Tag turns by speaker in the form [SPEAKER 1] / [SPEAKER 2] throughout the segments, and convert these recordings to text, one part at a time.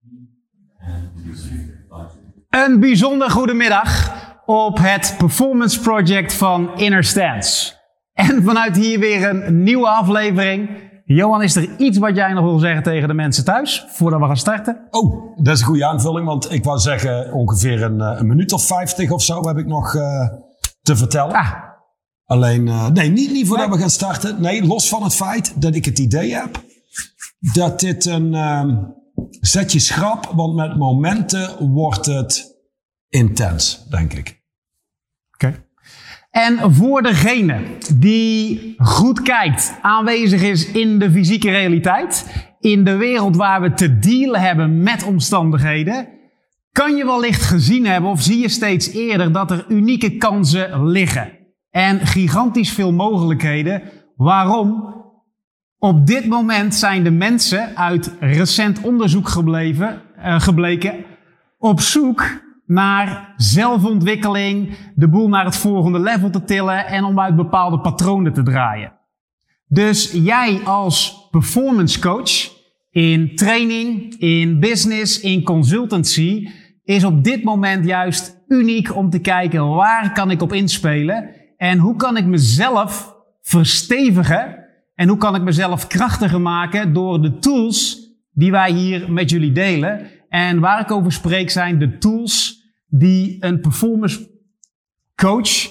[SPEAKER 1] Een bijzonder goedemiddag op het Performance Project van Inner Stance. En vanuit hier weer een nieuwe aflevering. Johan, is er iets wat jij nog wil zeggen tegen de mensen thuis, voordat we gaan starten?
[SPEAKER 2] Oh, dat is een goede aanvulling, want ik wou zeggen ongeveer een minuut of 50 of zo heb ik nog te vertellen. Alleen, niet voordat we gaan starten. Nee, los van het feit dat ik het idee heb dat dit een zetje schrap, want met momenten wordt het intens, denk ik.
[SPEAKER 1] Oké. En voor degene die goed kijkt, aanwezig is in de fysieke realiteit, in de wereld waar we te dealen hebben met omstandigheden, kan je wellicht gezien hebben of zie je steeds eerder dat er unieke kansen liggen. En gigantisch veel mogelijkheden. Waarom? Op dit moment zijn de mensen uit recent onderzoek gebleken op zoek naar zelfontwikkeling, de boel naar het volgende level te tillen en om uit bepaalde patronen te draaien. Dus jij als performance coach in training, in business, in consultancy is op dit moment juist uniek om te kijken waar kan ik op inspelen en hoe kan ik mezelf verstevigen en hoe kan ik mezelf krachtiger maken door de tools die wij hier met jullie delen. En waar ik over spreek zijn de tools die een performance coach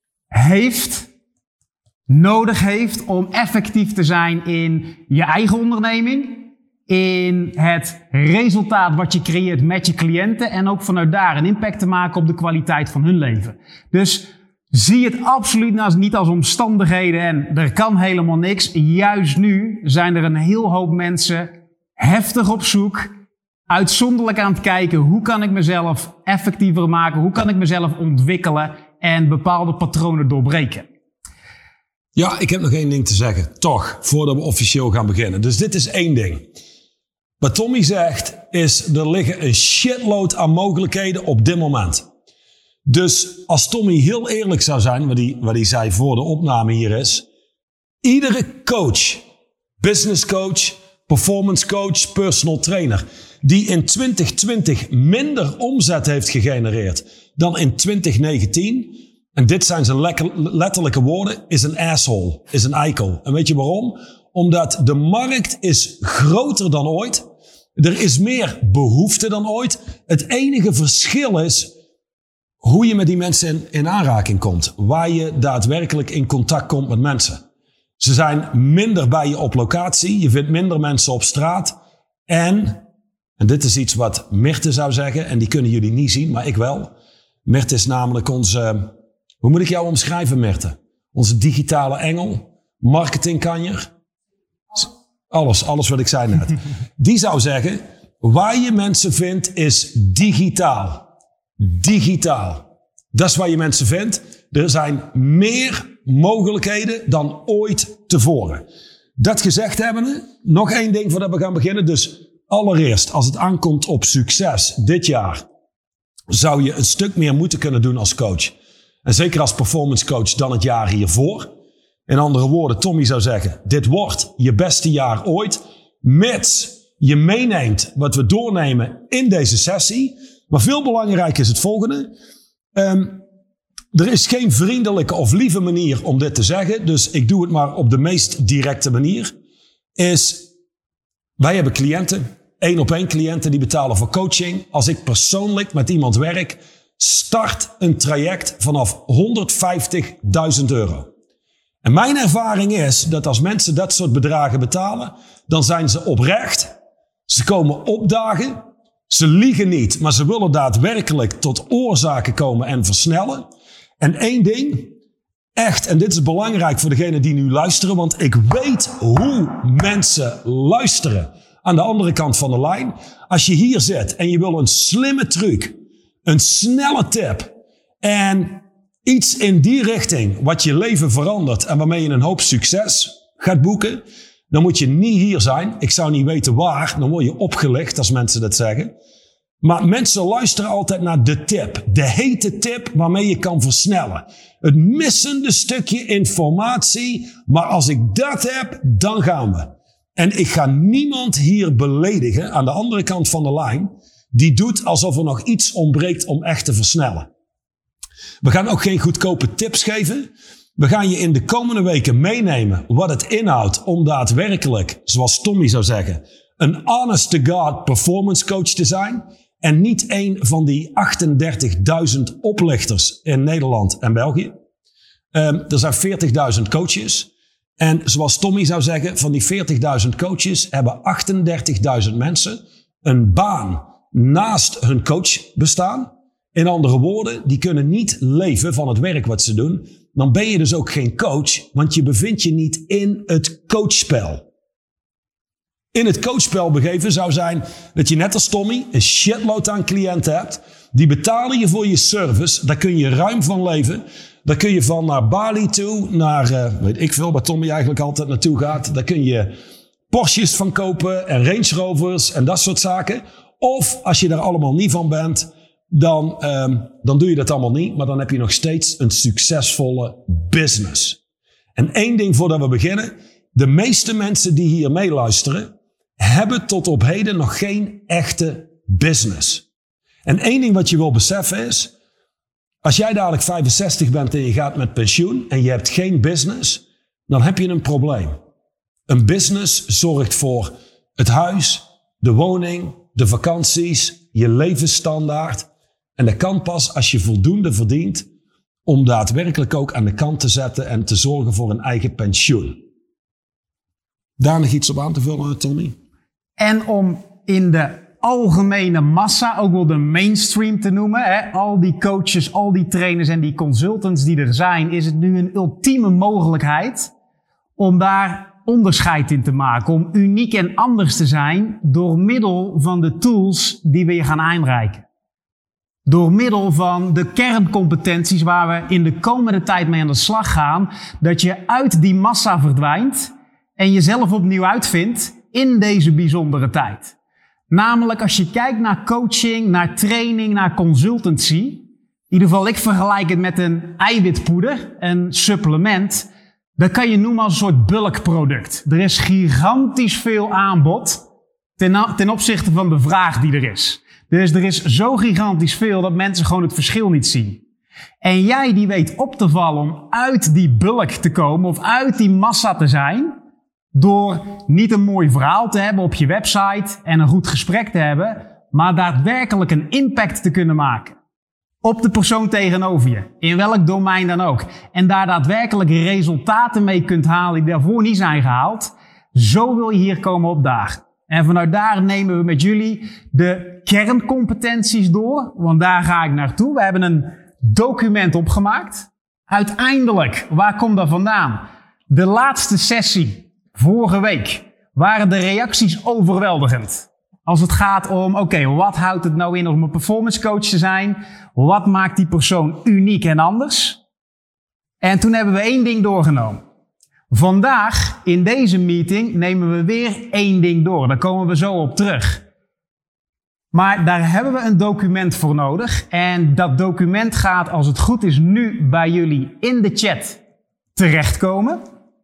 [SPEAKER 1] nodig heeft om effectief te zijn in je eigen onderneming, in het resultaat wat je creëert met je cliënten en ook vanuit daar een impact te maken op de kwaliteit van hun leven. Dus zie het absoluut niet als omstandigheden en er kan helemaal niks. Juist nu zijn er een heel hoop mensen heftig op zoek, uitzonderlijk aan het kijken hoe kan ik mezelf effectiever maken, hoe kan ik mezelf ontwikkelen en bepaalde patronen doorbreken.
[SPEAKER 2] Ja, ik heb nog één ding te zeggen, toch, voordat we officieel gaan beginnen. Dus dit is één ding. Wat Tommy zegt is, er liggen een shitload aan mogelijkheden op dit moment. Dus als Tommy heel eerlijk zou zijn, wat hij zei voor de opname hier is, iedere coach, business coach, performance coach, personal trainer, die in 2020 minder omzet heeft gegenereerd dan in 2019, en dit zijn zijn letterlijke woorden, is een asshole, is een eikel. En weet je waarom? Omdat de markt is groter dan ooit. Er is meer behoefte dan ooit. Het enige verschil is hoe je met die mensen in aanraking komt. Waar je daadwerkelijk in contact komt met mensen. Ze zijn minder bij je op locatie. Je vindt minder mensen op straat. En dit is iets wat Mirte zou zeggen. En die kunnen jullie niet zien, maar ik wel. Mirte is namelijk onze, hoe moet ik jou omschrijven, Mirte? Onze digitale engel. Marketingkanjer. Alles wat ik zei net. Die zou zeggen, waar je mensen vindt is digitaal. Digitaal. Dat is waar je mensen vindt. Er zijn meer mogelijkheden dan ooit tevoren. Dat gezegd hebbende, nog één ding voordat we gaan beginnen. Dus allereerst, als het aankomt op succes dit jaar, zou je een stuk meer moeten kunnen doen als coach. En zeker als performance coach dan het jaar hiervoor. In andere woorden, Tommy zou zeggen, dit wordt je beste jaar ooit, mits je meeneemt wat we doornemen in deze sessie. Maar veel belangrijker is het volgende. Er is geen vriendelijke of lieve manier om dit te zeggen. Dus ik doe het maar op de meest directe manier. Wij hebben cliënten, 1-op-1 cliënten die betalen voor coaching. Als ik persoonlijk met iemand werk, start een traject vanaf €150.000. En mijn ervaring is dat als mensen dat soort bedragen betalen, dan zijn ze oprecht. Ze komen opdagen. Ze liegen niet, maar ze willen daadwerkelijk tot oorzaken komen en versnellen. En één ding, echt, en dit is belangrijk voor degenen die nu luisteren, want ik weet hoe mensen luisteren aan de andere kant van de lijn. Als je hier zit en je wil een slimme truc, een snelle tip en iets in die richting wat je leven verandert en waarmee je een hoop succes gaat boeken, dan moet je niet hier zijn. Ik zou niet weten waar. Dan word je opgelicht als mensen dat zeggen. Maar mensen luisteren altijd naar de tip. De hete tip waarmee je kan versnellen. Het missende stukje informatie. Maar als ik dat heb, dan gaan we. En ik ga niemand hier beledigen aan de andere kant van de lijn die doet alsof er nog iets ontbreekt om echt te versnellen. We gaan ook geen goedkope tips geven. We gaan je in de komende weken meenemen wat het inhoudt om daadwerkelijk, zoals Tommy zou zeggen, een honest-to-God performance coach te zijn. En niet één van die 38.000 oplichters in Nederland en België. Er zijn 40.000 coaches. En zoals Tommy zou zeggen, van die 40.000 coaches hebben 38.000 mensen een baan naast hun coach bestaan. In andere woorden, die kunnen niet leven van het werk wat ze doen. Dan ben je dus ook geen coach, want je bevindt je niet in het coachspel. In het coachspel begeven zou zijn dat je net als Tommy een shitload aan cliënten hebt. Die betalen je voor je service. Daar kun je ruim van leven. Daar kun je van naar Bali toe, naar, weet ik veel, waar Tommy eigenlijk altijd naartoe gaat. Daar kun je Porsches van kopen en Range Rovers en dat soort zaken. Of als je daar allemaal niet van bent, dan doe je dat allemaal niet. Maar dan heb je nog steeds een succesvolle business. En één ding voordat we beginnen. De meeste mensen die hier meeluisteren, hebben tot op heden nog geen echte business. En één ding wat je wil beseffen is, als jij dadelijk 65 bent en je gaat met pensioen en je hebt geen business, dan heb je een probleem. Een business zorgt voor het huis, de woning, de vakanties, je levensstandaard. En dat kan pas als je voldoende verdient om daadwerkelijk ook aan de kant te zetten en te zorgen voor een eigen pensioen. Daar nog iets op aan te vullen, Tommy?
[SPEAKER 1] En om in de algemene massa, ook wel de mainstream te noemen, hè, al die coaches, al die trainers en die consultants die er zijn, is het nu een ultieme mogelijkheid om daar onderscheid in te maken, om uniek en anders te zijn door middel van de tools die we je gaan aanreiken. Door middel van de kerncompetenties waar we in de komende tijd mee aan de slag gaan, dat je uit die massa verdwijnt en jezelf opnieuw uitvindt in deze bijzondere tijd. Namelijk als je kijkt naar coaching, naar training, naar consultancy. In ieder geval, ik vergelijk het met een eiwitpoeder, een supplement. Dat kan je noemen als een soort bulkproduct. Er is gigantisch veel aanbod ten opzichte van de vraag die er is. Dus er is zo gigantisch veel dat mensen gewoon het verschil niet zien. En jij die weet op te vallen om uit die bulk te komen of uit die massa te zijn, door niet een mooi verhaal te hebben op je website en een goed gesprek te hebben, maar daadwerkelijk een impact te kunnen maken. Op de persoon tegenover je, in welk domein dan ook. En daar daadwerkelijk resultaten mee kunt halen die daarvoor niet zijn gehaald. Zo wil je hier komen opdagen. En vanuit daar nemen we met jullie de kerncompetenties door, want daar ga ik naartoe. We hebben een document opgemaakt. Uiteindelijk, waar komt dat vandaan? De laatste sessie vorige week waren de reacties overweldigend. Als het gaat om, oké, wat houdt het nou in om een performance coach te zijn? Wat maakt die persoon uniek en anders? En toen hebben we één ding doorgenomen. Vandaag, in deze meeting, nemen we weer één ding door. Daar komen we zo op terug. Maar daar hebben we een document voor nodig. En dat document gaat, als het goed is, nu bij jullie in de chat terechtkomen.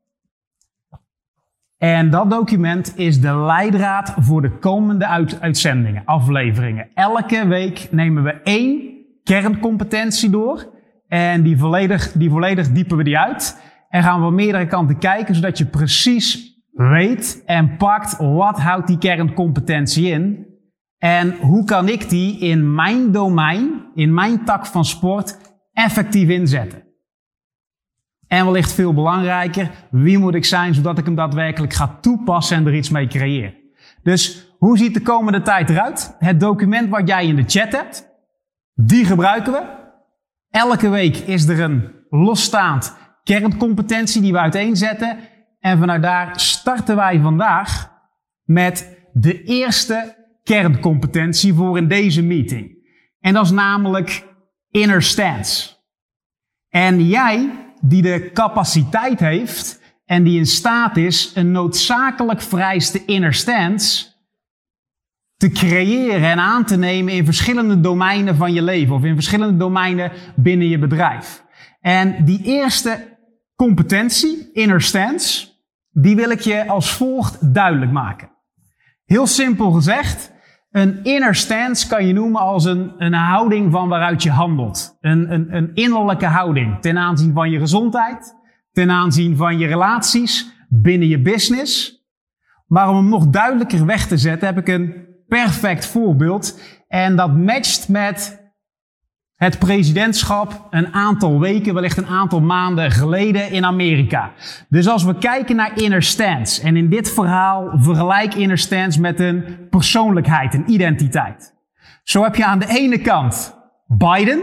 [SPEAKER 1] En dat document is de leidraad voor de komende uitzendingen, afleveringen. Elke week nemen we één kerncompetentie door. En die volledig diepen we die uit. En gaan we op meerdere kanten kijken, zodat je precies weet en pakt wat houdt die kerncompetentie in. En hoe kan ik die in mijn domein, in mijn tak van sport, effectief inzetten. En wellicht veel belangrijker, wie moet ik zijn zodat ik hem daadwerkelijk ga toepassen en er iets mee creëer. Dus hoe ziet de komende tijd eruit? Het document wat jij in de chat hebt, die gebruiken we. Elke week is er een losstaand kerncompetentie die we uiteenzetten. En vanuit daar starten wij vandaag met de eerste kerncompetentie voor in deze meeting. En dat is namelijk inner stance. En jij die de capaciteit heeft en die in staat is een noodzakelijk vereiste inner stance te creëren en aan te nemen in verschillende domeinen van je leven of in verschillende domeinen binnen je bedrijf. En die eerste competentie, inner stance, die wil ik je als volgt duidelijk maken. Heel simpel gezegd, een inner stance kan je noemen als een houding van waaruit je handelt. Een innerlijke houding ten aanzien van je gezondheid, ten aanzien van je relaties, binnen je business. Maar om hem nog duidelijker weg te zetten heb ik een perfect voorbeeld. En dat matcht met het presidentschap een aantal weken, wellicht een aantal maanden geleden in Amerika. Dus als we kijken naar inner stance, en in dit verhaal vergelijk inner stance met een persoonlijkheid, een identiteit. Zo heb je aan de ene kant Biden,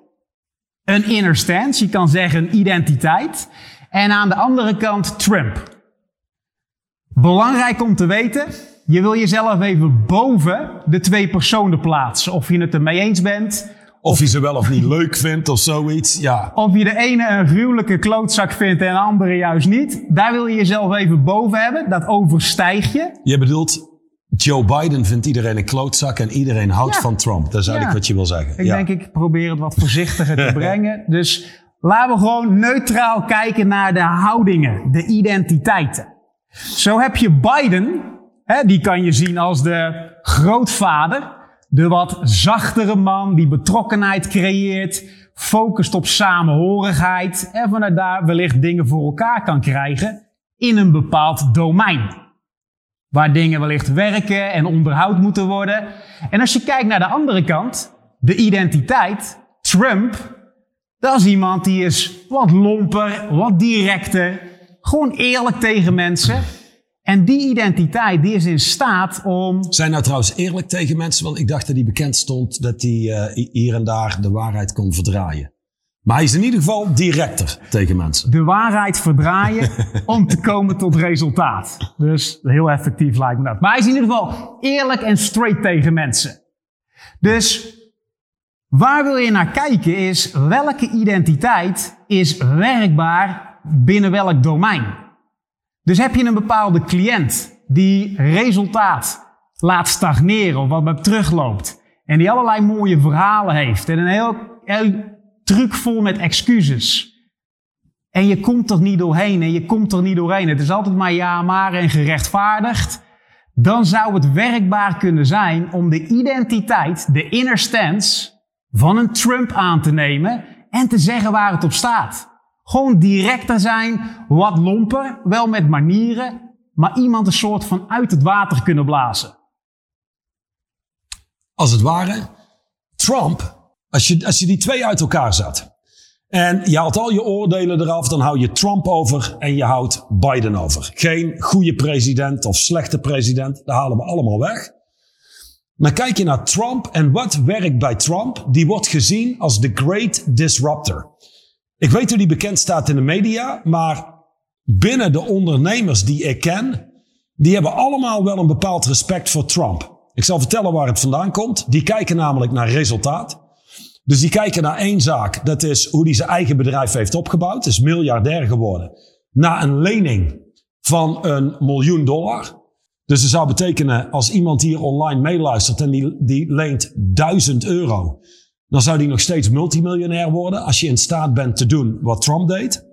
[SPEAKER 1] een inner stance, je kan zeggen een identiteit. En aan de andere kant Trump. Belangrijk om te weten, je wil jezelf even boven de twee personen plaatsen. Of je het ermee eens bent.
[SPEAKER 2] Of je ze wel of niet leuk vindt of zoiets, ja.
[SPEAKER 1] Of je de ene een gruwelijke klootzak vindt en de andere juist niet. Daar wil je jezelf even boven hebben. Dat overstijg je.
[SPEAKER 2] Je bedoelt, Joe Biden vindt iedereen een klootzak en iedereen houdt van Trump. Dat is eigenlijk wat je wil zeggen.
[SPEAKER 1] Ik probeer het wat voorzichtiger te brengen. Dus laten we gewoon neutraal kijken naar de houdingen, de identiteiten. Zo heb je Biden, die kan je zien als de grootvader. De wat zachtere man die betrokkenheid creëert, focust op samenhorigheid en vanuit daar wellicht dingen voor elkaar kan krijgen in een bepaald domein. Waar dingen wellicht werken en onderhoud moeten worden. En als je kijkt naar de andere kant, de identiteit, Trump, dat is iemand die is wat lomper, wat directer, gewoon eerlijk tegen mensen. En die identiteit die is in staat om...
[SPEAKER 2] Zijn nou trouwens eerlijk tegen mensen? Want ik dacht dat hij bekend stond dat hij hier en daar de waarheid kon verdraaien. Maar hij is in ieder geval directer tegen mensen.
[SPEAKER 1] De waarheid verdraaien om te komen tot resultaat. Dus heel effectief lijkt me dat. Maar hij is in ieder geval eerlijk en straight tegen mensen. Dus waar wil je naar kijken is welke identiteit is werkbaar binnen welk domein. Dus heb je een bepaalde cliënt die resultaat laat stagneren of wat maar terugloopt. En die allerlei mooie verhalen heeft. En een heel truc vol met excuses. En je komt er niet doorheen en je komt er niet doorheen. Het is altijd maar ja, maar en gerechtvaardigd. Dan zou het werkbaar kunnen zijn om de identiteit, de inner stance van een Trump aan te nemen en te zeggen waar het op staat. Gewoon directer zijn, wat lomper, wel met manieren, maar iemand een soort van uit het water kunnen blazen.
[SPEAKER 2] Als het ware, Trump, als je die twee uit elkaar zet en je haalt al je oordelen eraf, dan hou je Trump over en je houdt Biden over. Geen goede president of slechte president, dat halen we allemaal weg. Maar kijk je naar Trump en wat werkt bij Trump, die wordt gezien als the great disruptor. Ik weet hoe die bekend staat in de media, maar binnen de ondernemers die ik ken, die hebben allemaal wel een bepaald respect voor Trump. Ik zal vertellen waar het vandaan komt. Die kijken namelijk naar resultaat. Dus die kijken naar één zaak. Dat is hoe hij zijn eigen bedrijf heeft opgebouwd. Is miljardair geworden. Na een lening van $1 miljoen. Dus dat zou betekenen als iemand hier online meeluistert en die leent €1000. Dan zou die nog steeds multimiljonair worden als je in staat bent te doen wat Trump deed.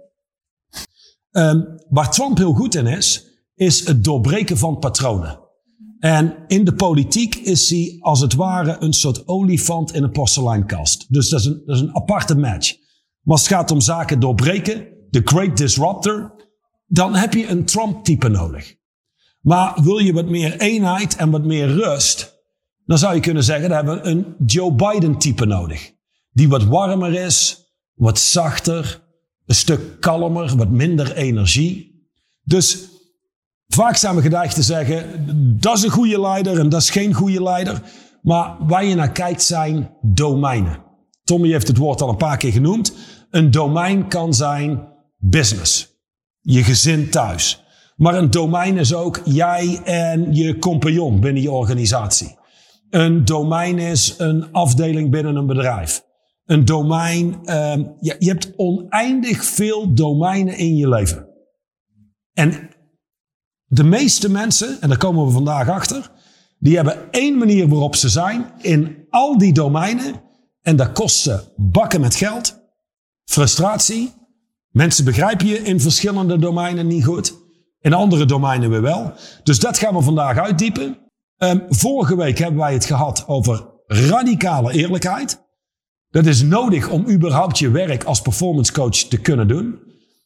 [SPEAKER 2] Waar Trump heel goed in is het doorbreken van patronen. En in de politiek is hij als het ware een soort olifant in een porseleinkast. Dus dat is een aparte match. Maar als het gaat om zaken doorbreken, de great disruptor, dan heb je een Trump-type nodig. Maar wil je wat meer eenheid en wat meer rust, dan zou je kunnen zeggen, dan hebben we een Joe Biden-type nodig. Die wat warmer is, wat zachter, een stuk kalmer, wat minder energie. Dus vaak zijn we geneigd te zeggen, dat is een goede leider en dat is geen goede leider. Maar waar je naar kijkt zijn domeinen. Tommy heeft het woord al een paar keer genoemd. Een domein kan zijn business. Je gezin thuis. Maar een domein is ook jij en je compagnon binnen je organisatie. Een domein is een afdeling binnen een bedrijf. Een domein, je hebt oneindig veel domeinen in je leven. En de meeste mensen, en daar komen we vandaag achter, die hebben één manier waarop ze zijn in al die domeinen. En dat kost ze bakken met geld, frustratie. Mensen begrijpen je in verschillende domeinen niet goed. In andere domeinen weer wel. Dus dat gaan we vandaag uitdiepen. Vorige week hebben wij het gehad over radicale eerlijkheid. Dat is nodig om überhaupt je werk als performance coach te kunnen doen.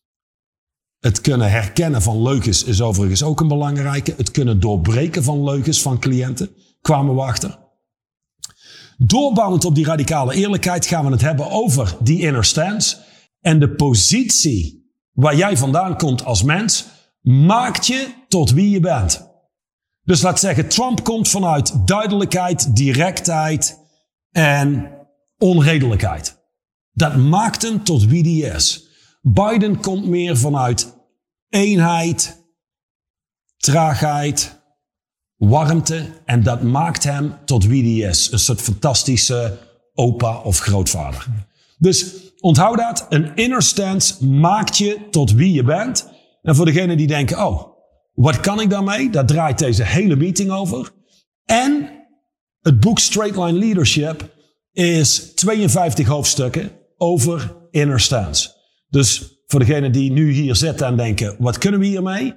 [SPEAKER 2] Het kunnen herkennen van leugens is overigens ook een belangrijke. Het kunnen doorbreken van leugens van cliënten. Kwamen we achter. Doorbouwend op die radicale eerlijkheid gaan we het hebben over die inner stance. En de positie waar jij vandaan komt als mens maakt je tot wie je bent. Dus laat zeggen, Trump komt vanuit duidelijkheid, directheid en onredelijkheid. Dat maakt hem tot wie die is. Biden komt meer vanuit eenheid, traagheid, warmte. En dat maakt hem tot wie die is. Een soort fantastische opa of grootvader. Dus onthoud dat. Een inner stance maakt je tot wie je bent. En voor degenen die denken, oh, wat kan ik daarmee? Daar draait deze hele meeting over. En het boek Straight Line Leadership is 52 hoofdstukken over inner stance. Dus voor degenen die nu hier zitten en denken, wat kunnen we hiermee?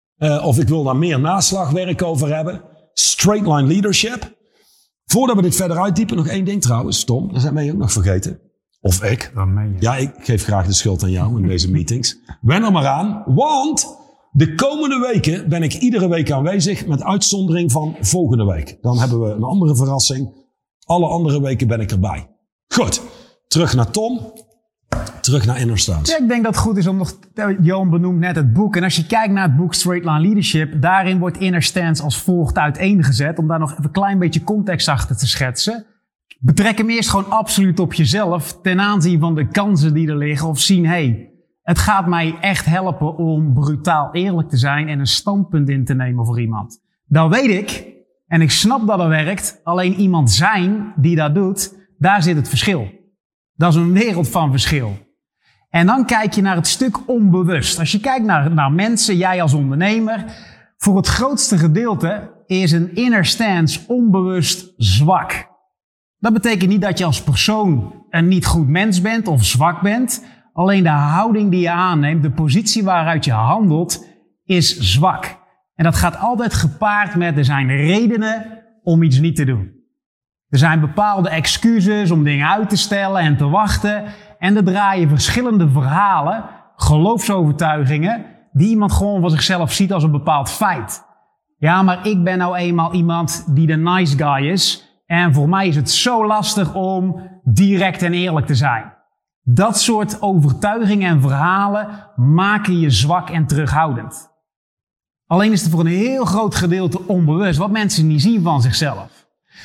[SPEAKER 2] Of ik wil daar meer naslagwerk over hebben. Straight Line Leadership. Voordat we dit verder uitdiepen, nog één ding trouwens, Tom. Dat zijn wij ook nog vergeten. Of ik. Ja, ik geef graag de schuld aan jou in deze meetings. Wen er maar aan, want de komende weken ben ik iedere week aanwezig met uitzondering van volgende week. Dan hebben we een andere verrassing. Alle andere weken ben ik erbij. Goed, terug naar Tom. Terug naar inner stance.
[SPEAKER 1] Ja, ik denk dat het goed is om nog... Johan benoemt net het boek. En als je kijkt naar het boek Straight Line Leadership, daarin wordt inner stance als volgt uiteengezet. Om daar nog even een klein beetje context achter te schetsen. Betrek hem eerst gewoon absoluut op jezelf ten aanzien van de kansen die er liggen. Of zien, hey, het gaat mij echt helpen om brutaal eerlijk te zijn en een standpunt in te nemen voor iemand. Dat weet ik en ik snap dat het werkt. Alleen iemand zijn die dat doet, daar zit het verschil. Dat is een wereld van verschil. En dan kijk je naar het stuk onbewust. Als je kijkt naar mensen, jij als ondernemer, voor het grootste gedeelte is een inner stance onbewust zwak. Dat betekent niet dat je als persoon een niet goed mens bent of zwak bent. Alleen de houding die je aanneemt, de positie waaruit je handelt, is zwak. En dat gaat altijd gepaard met er zijn redenen om iets niet te doen. Er zijn bepaalde excuses om dingen uit te stellen en te wachten. En er draaien verschillende verhalen, geloofsovertuigingen, die iemand gewoon van zichzelf ziet als een bepaald feit. Ja, maar ik ben nou eenmaal iemand die de nice guy is. En voor mij is het zo lastig om direct en eerlijk te zijn. Dat soort overtuigingen en verhalen maken je zwak en terughoudend. Alleen is het voor een heel groot gedeelte onbewust, wat mensen niet zien van zichzelf.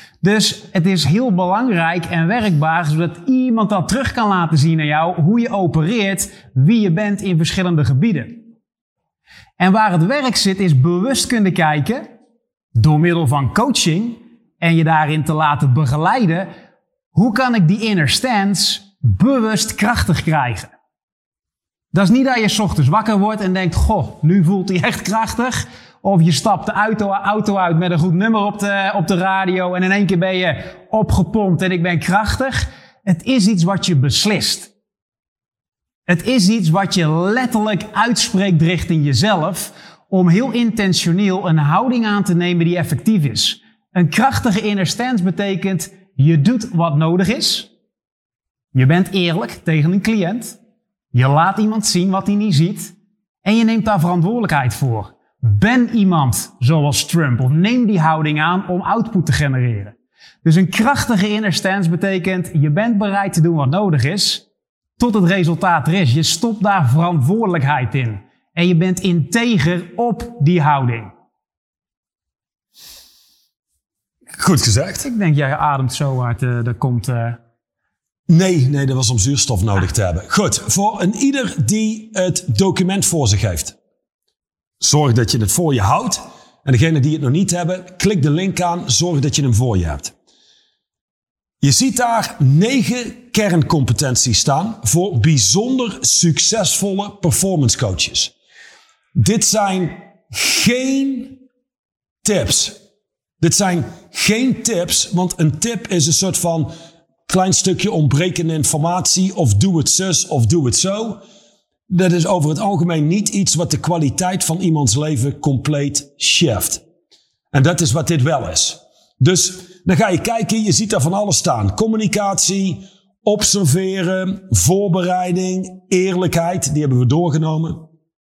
[SPEAKER 1] Dus het is heel belangrijk en werkbaar, zodat iemand dat terug kan laten zien aan jou, hoe je opereert, wie je bent in verschillende gebieden. En waar het werk zit, is bewust kunnen kijken, door middel van coaching, en je daarin te laten begeleiden, hoe kan ik die inner stance bewust krachtig krijgen? Dat is niet dat je 's ochtends wakker wordt en denkt, goh, nu voelt hij echt krachtig. Of je stapt de auto uit met een goed nummer op de radio en in één keer ben je opgepompt en ik ben krachtig. Het is iets wat je beslist. Het is iets wat je letterlijk uitspreekt richting jezelf om heel intentioneel een houding aan te nemen die effectief is. Een krachtige inner stance betekent, je doet wat nodig is. Je bent eerlijk tegen een cliënt. Je laat iemand zien wat hij niet ziet. En je neemt daar verantwoordelijkheid voor. Ben iemand zoals Trump of neem die houding aan om output te genereren. Dus een krachtige inner stance betekent, je bent bereid te doen wat nodig is, tot het resultaat er is. Je stopt daar verantwoordelijkheid in. En je bent integer op die houding.
[SPEAKER 2] Goed gezegd.
[SPEAKER 1] Ik denk, jij ademt zo hard, er komt...
[SPEAKER 2] Nee, dat was om zuurstof nodig te hebben. Goed, voor een ieder die het document voor zich heeft. Zorg dat je het voor je houdt. En degenen die het nog niet hebben, klik de link aan. Zorg dat je hem voor je hebt. Je ziet daar 9 kerncompetenties staan voor bijzonder succesvolle performance coaches. Dit zijn geen tips. Dit zijn geen tips, want een tip is een soort van klein stukje ontbrekende informatie of doe het zus of doe het zo. dat is over het algemeen niet iets wat de kwaliteit van iemands leven compleet shift. En dat is wat dit wel is. Dus dan ga je kijken, je ziet daar van alles staan. Communicatie, observeren, voorbereiding, eerlijkheid, die hebben we doorgenomen.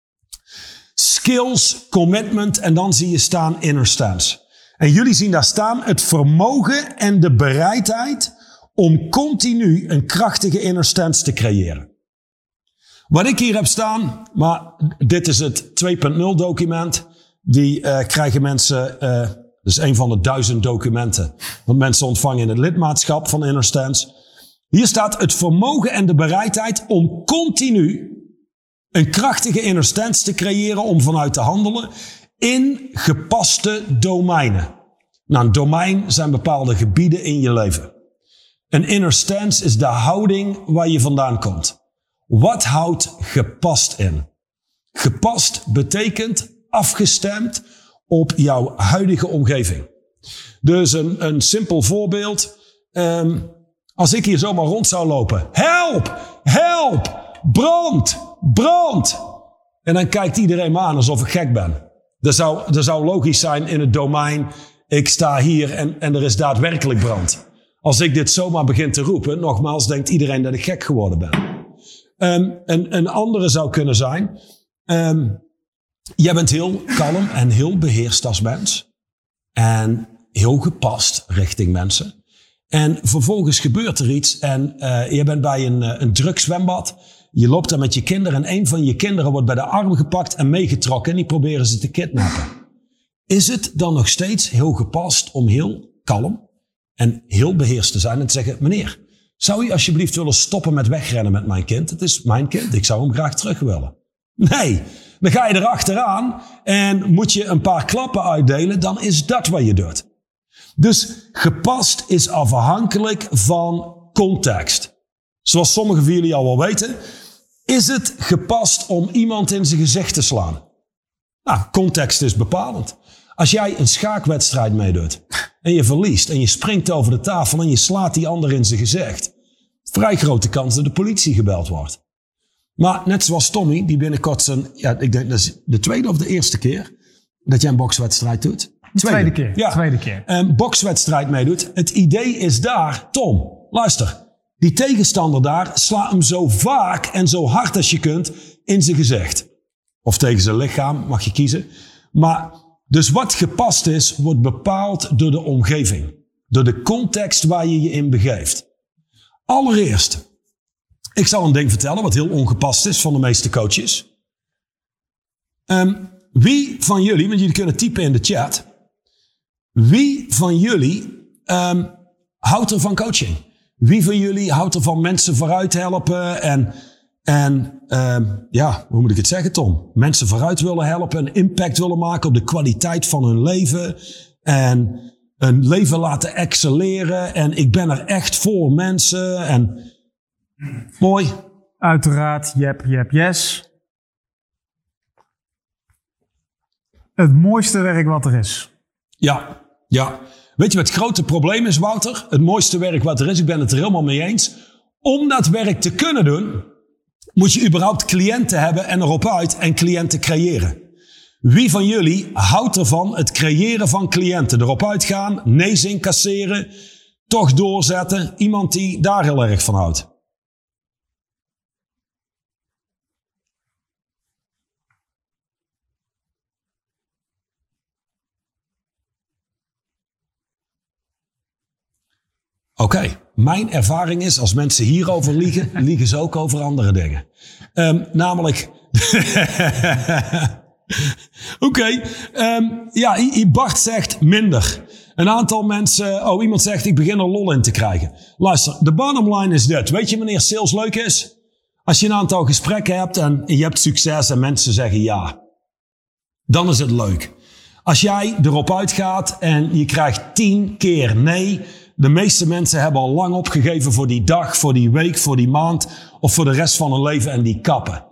[SPEAKER 2] Skills, commitment en dan zie je staan inner stance. En jullie zien daar staan het vermogen en de bereidheid om continu een krachtige inner stance te creëren. Wat ik hier heb staan, maar dit is het 2.0 document. Die krijgen mensen, dus een van de 1000 documenten wat mensen ontvangen in het lidmaatschap van Inner Stance. Hier staat het vermogen en de bereidheid om continu een krachtige inner stance te creëren om vanuit te handelen in gepaste domeinen. Nou, een domein zijn bepaalde gebieden in je leven. Een inner stance is de houding waar je vandaan komt. Wat houdt gepast in? Gepast betekent afgestemd op jouw huidige omgeving. Dus een simpel voorbeeld. Als ik hier zomaar rond zou lopen. Help! Help! Brand! Brand! En dan kijkt iedereen me aan alsof ik gek ben. Dat zou logisch zijn in het domein. Ik sta hier en er is daadwerkelijk brand. Als ik dit zomaar begin te roepen, nogmaals, denkt iedereen dat ik gek geworden ben. Een andere zou kunnen zijn. Jij bent heel kalm en heel beheerst als mens. En heel gepast richting mensen. En vervolgens gebeurt er iets en je bent bij een druk zwembad. Je loopt daar met je kinderen en een van je kinderen wordt bij de arm gepakt en meegetrokken. En die proberen ze te kidnappen. Is het dan nog steeds heel gepast om heel kalm en heel beheerst te zijn en te zeggen, meneer, zou u alsjeblieft willen stoppen met wegrennen met mijn kind? Het is mijn kind, ik zou hem graag terug willen. Nee, dan ga je erachteraan en moet je een paar klappen uitdelen, dan is dat wat je doet. Dus gepast is afhankelijk van context. Zoals sommigen van jullie al wel weten, is het gepast om iemand in zijn gezicht te slaan? Nou, context is bepalend. Als jij een schaakwedstrijd meedoet en je verliest en je springt over de tafel en je slaat die ander in zijn gezicht, vrij grote kans dat de politie gebeld wordt. Maar net zoals Tommy, die binnenkort zijn, ik denk dat is de tweede of de eerste keer dat jij een bokswedstrijd doet.
[SPEAKER 1] Tweede keer. Ja. Tweede keer.
[SPEAKER 2] Een bokswedstrijd meedoet. Het idee is daar, Tom, luister. Die tegenstander daar, sla hem zo vaak en zo hard als je kunt in zijn gezicht. Of tegen zijn lichaam, mag je kiezen. Maar dus wat gepast is, wordt bepaald door de omgeving. Door de context waar je je in begeeft. Allereerst, ik zal een ding vertellen wat heel ongepast is van de meeste coaches. Wie van jullie, want jullie kunnen typen in de chat. Wie van jullie houdt er van coaching? Wie van jullie houdt er van mensen vooruit helpen en hoe moet ik het zeggen, Tom? Mensen vooruit willen helpen, een impact willen maken op de kwaliteit van hun leven en een leven laten excelleren en ik ben er echt voor mensen en mooi.
[SPEAKER 1] Uiteraard, yep, yes. Het mooiste werk wat er is.
[SPEAKER 2] Ja. Weet je wat het grote probleem is, Wouter? Het mooiste werk wat er is, ik ben het er helemaal mee eens. Om dat werk te kunnen doen, moet je überhaupt cliënten hebben en erop uit en cliënten creëren. Wie van jullie houdt ervan het creëren van cliënten? Erop uitgaan, nee's incasseren, toch doorzetten. Iemand die daar heel erg van houdt. Oké, mijn ervaring is, als mensen hierover liegen, liegen ze ook over andere dingen. Namelijk... Bart zegt minder. Een aantal mensen... iemand zegt, ik begin er lol in te krijgen. Luister, de bottom line is dit. Weet je wanneer sales leuk is? Als je een aantal gesprekken hebt en je hebt succes en mensen zeggen ja. Dan is het leuk. Als jij erop uitgaat en je krijgt 10 keer nee... De meeste mensen hebben al lang opgegeven voor die dag, voor die week, voor die maand of voor de rest van hun leven en die kappen.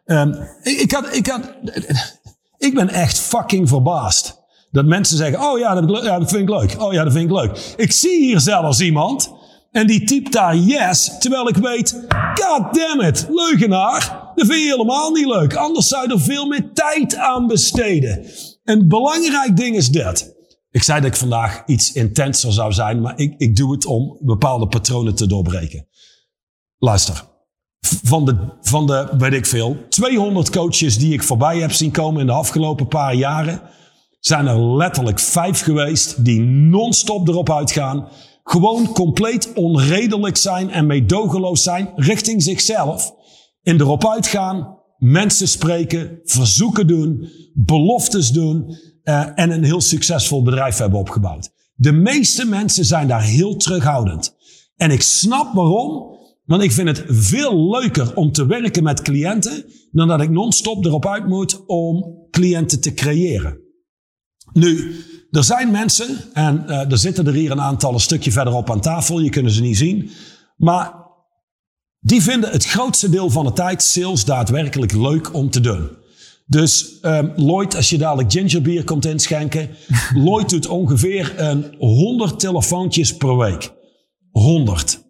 [SPEAKER 2] Ik ben echt fucking verbaasd dat mensen zeggen, dat vind ik leuk. Oh ja, dat vind ik leuk. Ik zie hier zelfs iemand en die typt daar yes, terwijl ik weet, god damn it, leugenaar. dat vind je helemaal niet leuk. Anders zou je er veel meer tijd aan besteden. Een belangrijk ding is dit. Ik zei dat ik vandaag iets intenser zou zijn, maar ik doe het om bepaalde patronen te doorbreken. Luister. Van de, weet ik veel, 200 coaches die ik voorbij heb zien komen in de afgelopen paar jaren, zijn er letterlijk 5 geweest die non-stop erop uitgaan. Gewoon compleet onredelijk zijn en meedogenloos zijn richting zichzelf. En erop uitgaan, mensen spreken, verzoeken doen, beloftes doen en een heel succesvol bedrijf hebben opgebouwd. De meeste mensen zijn daar heel terughoudend. En ik snap waarom. Want ik vind het veel leuker om te werken met cliënten dan dat ik non-stop erop uit moet om cliënten te creëren. Nu, er zijn mensen, en er zitten er hier een aantal een stukje verderop aan tafel, je kunt ze niet zien, maar die vinden het grootste deel van de tijd sales daadwerkelijk leuk om te doen. Dus Lloyd, als je dadelijk gingerbier komt inschenken, Lloyd doet ongeveer 100 telefoontjes per week. 100.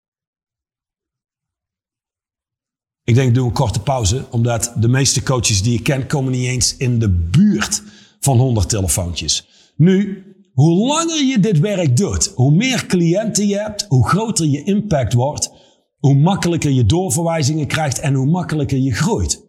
[SPEAKER 2] Ik denk, ik doe een korte pauze, omdat de meeste coaches die ik ken komen niet eens in de buurt van 100 telefoontjes. Nu, hoe langer je dit werk doet, hoe meer cliënten je hebt, hoe groter je impact wordt, hoe makkelijker je doorverwijzingen krijgt en hoe makkelijker je groeit.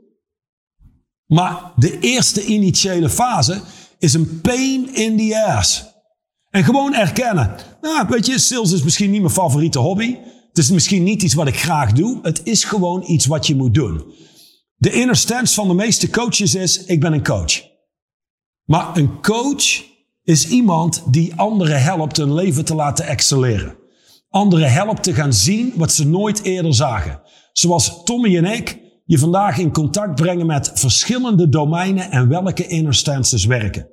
[SPEAKER 2] Maar de eerste initiële fase is een pain in the ass. En gewoon erkennen, nou, weet je, sales is misschien niet mijn favoriete hobby. Het is misschien niet iets wat ik graag doe. Het is gewoon iets wat je moet doen. De inner stance van de meeste coaches is, ik ben een coach. Maar een coach is iemand die anderen helpt hun leven te laten excelleren. Anderen helpt te gaan zien wat ze nooit eerder zagen. Zoals Tommy en ik je vandaag in contact brengen met verschillende domeinen en welke inner stances werken.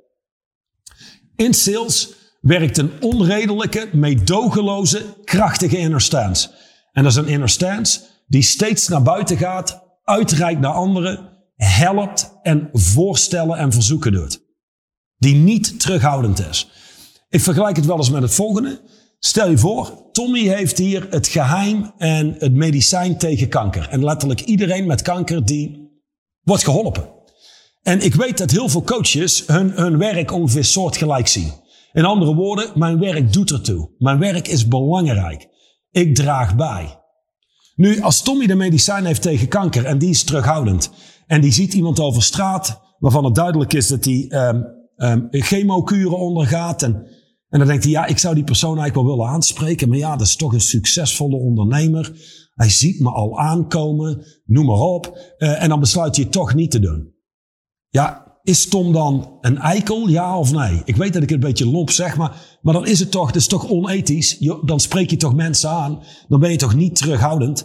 [SPEAKER 2] In sales werkt een onredelijke, meedogenloze, krachtige inner stance. En dat is een inner stance die steeds naar buiten gaat, uitreikt naar anderen, helpt en voorstellen en verzoeken doet. Die niet terughoudend is. Ik vergelijk het wel eens met het volgende. Stel je voor, Tommy heeft hier het geheim en het medicijn tegen kanker. En letterlijk iedereen met kanker die wordt geholpen. En ik weet dat heel veel coaches hun werk ongeveer soortgelijk zien. In andere woorden, mijn werk doet ertoe. Mijn werk is belangrijk. Ik draag bij. Nu, als Tommy de medicijn heeft tegen kanker en die is terughoudend. En die ziet iemand over straat waarvan het duidelijk is dat hij chemokuren ondergaat. En dan denkt hij, ja, ik zou die persoon eigenlijk wel willen aanspreken. Maar ja, dat is toch een succesvolle ondernemer. Hij ziet me al aankomen, noem maar op. En dan besluit hij het toch niet te doen. Ja, is Tom dan een eikel, ja of nee? Ik weet dat ik het een beetje lomp zeg, maar dan is het toch, dat is toch onethisch? Dan spreek je toch mensen aan? Dan ben je toch niet terughoudend?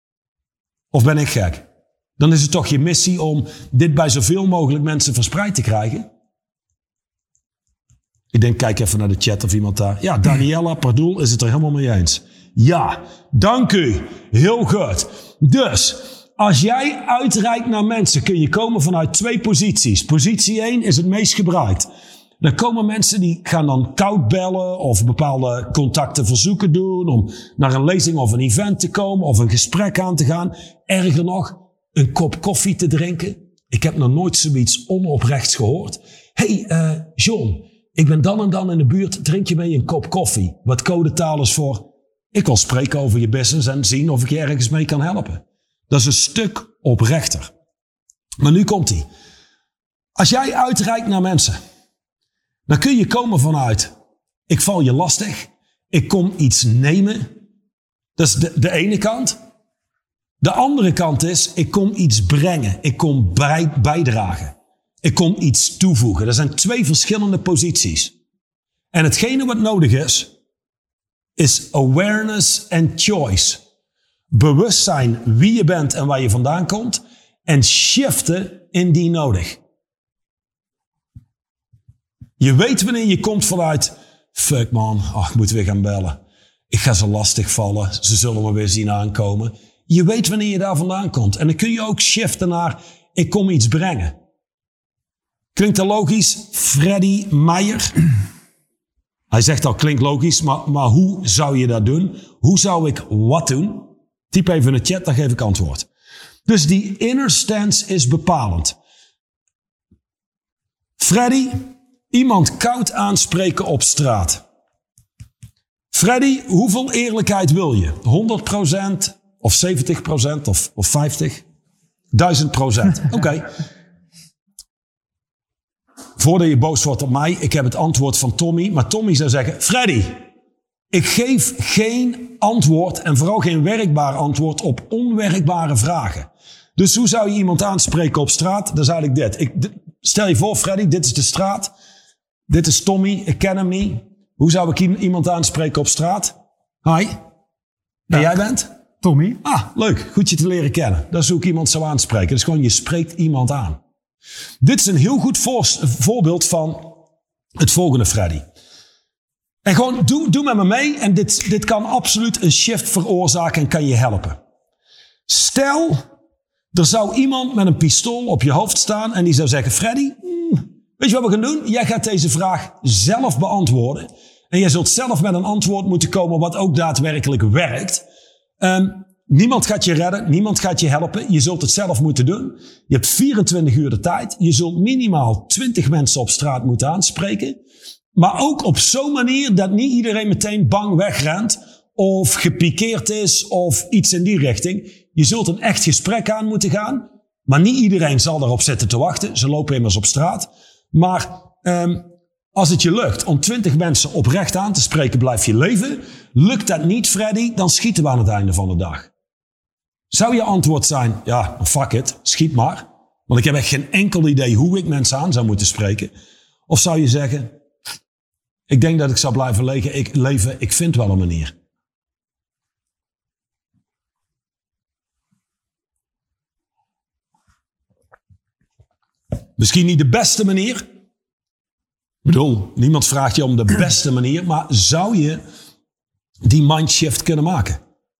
[SPEAKER 2] Of ben ik gek? Dan is het toch je missie om dit bij zoveel mogelijk mensen verspreid te krijgen? Ik denk, kijk even naar de chat of iemand daar. Ja, Daniela Pardoel is het er helemaal mee eens. Ja, dank u. Heel goed. Dus, als jij uitreikt naar mensen, kun je komen vanuit 2 posities. Positie 1 is het meest gebruikt. Dan komen mensen die gaan dan koud bellen of bepaalde contacten verzoeken doen om naar een lezing of een event te komen of een gesprek aan te gaan. Erger nog, een kop koffie te drinken. Ik heb nog nooit zoiets onoprechts gehoord. Hey, John, ik ben dan en dan in de buurt, drink je mee een kop koffie? Wat codetaal is voor, ik wil spreken over je business en zien of ik je ergens mee kan helpen. Dat is een stuk oprechter. Maar nu komt ie. Als jij uitreikt naar mensen, dan kun je komen vanuit, ik val je lastig, ik kom iets nemen. Dat is de ene kant. De andere kant is, ik kom iets brengen, ik kom bijdragen. Ik kom iets toevoegen. Dat zijn 2 verschillende posities. En hetgene wat nodig is awareness and choice. Bewustzijn wie je bent en waar je vandaan komt. En shiften indien nodig. Je weet wanneer je komt vanuit, fuck man, ik moet weer gaan bellen. Ik ga ze lastig vallen, ze zullen me weer zien aankomen. Je weet wanneer je daar vandaan komt. En dan kun je ook shiften naar, ik kom iets brengen. Klinkt dat logisch? Freddy Meijer. Hij zegt al, klinkt logisch, maar hoe zou je dat doen? Hoe zou ik wat doen? Typ even in de chat, dan geef ik antwoord. Dus die inner stance is bepalend. Freddy, iemand koud aanspreken op straat. Freddy, hoeveel eerlijkheid wil je? 100% of 70% of 50%? 1000%. Oké. Voordat je boos wordt op mij, ik heb het antwoord van Tommy. Maar Tommy zou zeggen, Freddy, ik geef geen antwoord en vooral geen werkbaar antwoord op onwerkbare vragen. Dus hoe zou je iemand aanspreken op straat? Dat is eigenlijk dit. Stel je voor, Freddy, dit is de straat. Dit is Tommy, ik ken hem niet. Hoe zou ik iemand aanspreken op straat? Hi. En jij bent?
[SPEAKER 1] Tommy.
[SPEAKER 2] Ah, leuk. Goed je te leren kennen. Dat is hoe ik iemand zou aanspreken. Dus gewoon, je spreekt iemand aan. Dit is een heel goed voorbeeld van het volgende, Freddy. En gewoon, doe met me mee. En dit kan absoluut een shift veroorzaken en kan je helpen. Stel, er zou iemand met een pistool op je hoofd staan en die zou zeggen, Freddy, weet je wat we gaan doen? Jij gaat deze vraag zelf beantwoorden. En jij zult zelf met een antwoord moeten komen wat ook daadwerkelijk werkt. Niemand gaat je redden, niemand gaat je helpen. Je zult het zelf moeten doen. Je hebt 24 uur de tijd. Je zult minimaal 20 mensen op straat moeten aanspreken. Maar ook op zo'n manier dat niet iedereen meteen bang wegrent of gepikeerd is of iets in die richting. Je zult een echt gesprek aan moeten gaan. Maar niet iedereen zal daarop zitten te wachten. Ze lopen immers op straat. Maar als het je lukt om 20 mensen oprecht aan te spreken, blijf je leven. Lukt dat niet, Freddy, dan schieten we aan het einde van de dag. Zou je antwoord zijn, ja, fuck it, schiet maar. Want ik heb echt geen enkel idee hoe ik mensen aan zou moeten spreken. Of zou je zeggen, ik denk dat ik zou blijven leven, ik vind wel een manier. Misschien niet de beste manier. Ik bedoel, niemand vraagt je om de beste manier, maar zou je die mindshift kunnen maken?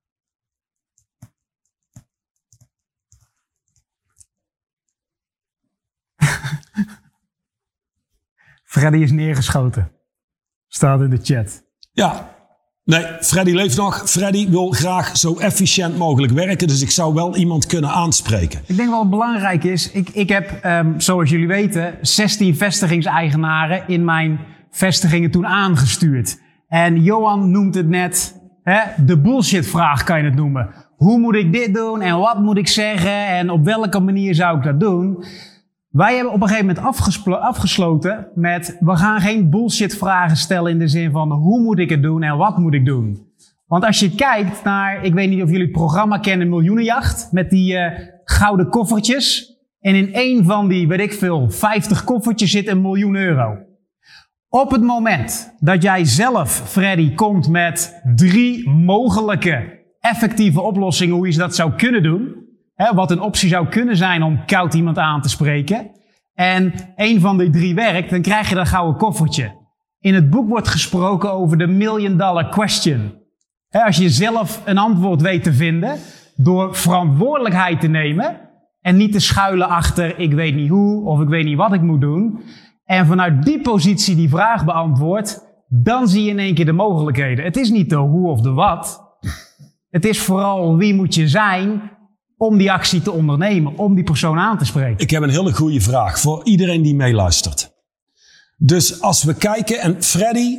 [SPEAKER 1] Freddy is neergeschoten. Staat in de chat.
[SPEAKER 2] Ja, nee, Freddy leeft nog. Freddy wil graag zo efficiënt mogelijk werken, dus ik zou wel iemand kunnen aanspreken.
[SPEAKER 1] Ik denk wat belangrijk is, ik heb, zoals jullie weten, 16 vestigingseigenaren in mijn vestigingen toen aangestuurd. En Johan noemt het net, de bullshit-vraag kan je het noemen. Hoe moet ik dit doen en wat moet ik zeggen en op welke manier zou ik dat doen? Wij hebben op een gegeven moment afgesloten met, we gaan geen bullshit-vragen stellen in de zin van, hoe moet ik het doen en wat moet ik doen? Want als je kijkt naar, ik weet niet of jullie het programma kennen, Miljoenenjacht, met die gouden koffertjes. En in één van die, weet ik veel, 50 koffertjes zit €1 miljoen. Op het moment dat jij zelf, Freddy, komt met 3 mogelijke effectieve oplossingen hoe je dat zou kunnen doen. Wat een optie zou kunnen zijn om koud iemand aan te spreken. En één van die 3 werkt, dan krijg je dat gouden koffertje. In het boek wordt gesproken over de $1 million question. Als je zelf een antwoord weet te vinden, door verantwoordelijkheid te nemen en niet te schuilen achter ik weet niet hoe of ik weet niet wat ik moet doen. En vanuit die positie die vraag beantwoordt, dan zie je in één keer de mogelijkheden. Het is niet de hoe of de wat. Het is vooral wie moet je zijn om die actie te ondernemen, om die persoon aan te spreken.
[SPEAKER 2] Ik heb een hele goede vraag voor iedereen die meeluistert. Dus als we kijken, en Freddy,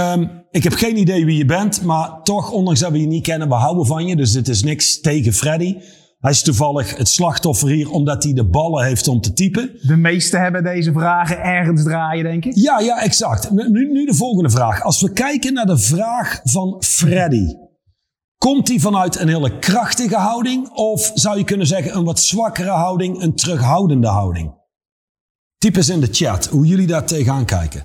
[SPEAKER 2] ik heb geen idee wie je bent, maar toch, ondanks dat we je niet kennen, we houden van je. Dus dit is niks tegen Freddy. Hij is toevallig het slachtoffer hier, omdat hij de ballen heeft om te typen.
[SPEAKER 1] De meesten hebben deze vragen ergens draaien, denk ik.
[SPEAKER 2] Ja, exact. Nu de volgende vraag. Als we kijken naar de vraag van Freddy, komt hij vanuit een hele krachtige houding? Of zou je kunnen zeggen een wat zwakkere houding, een terughoudende houding? Typ eens in de chat hoe jullie daar tegenaan kijken.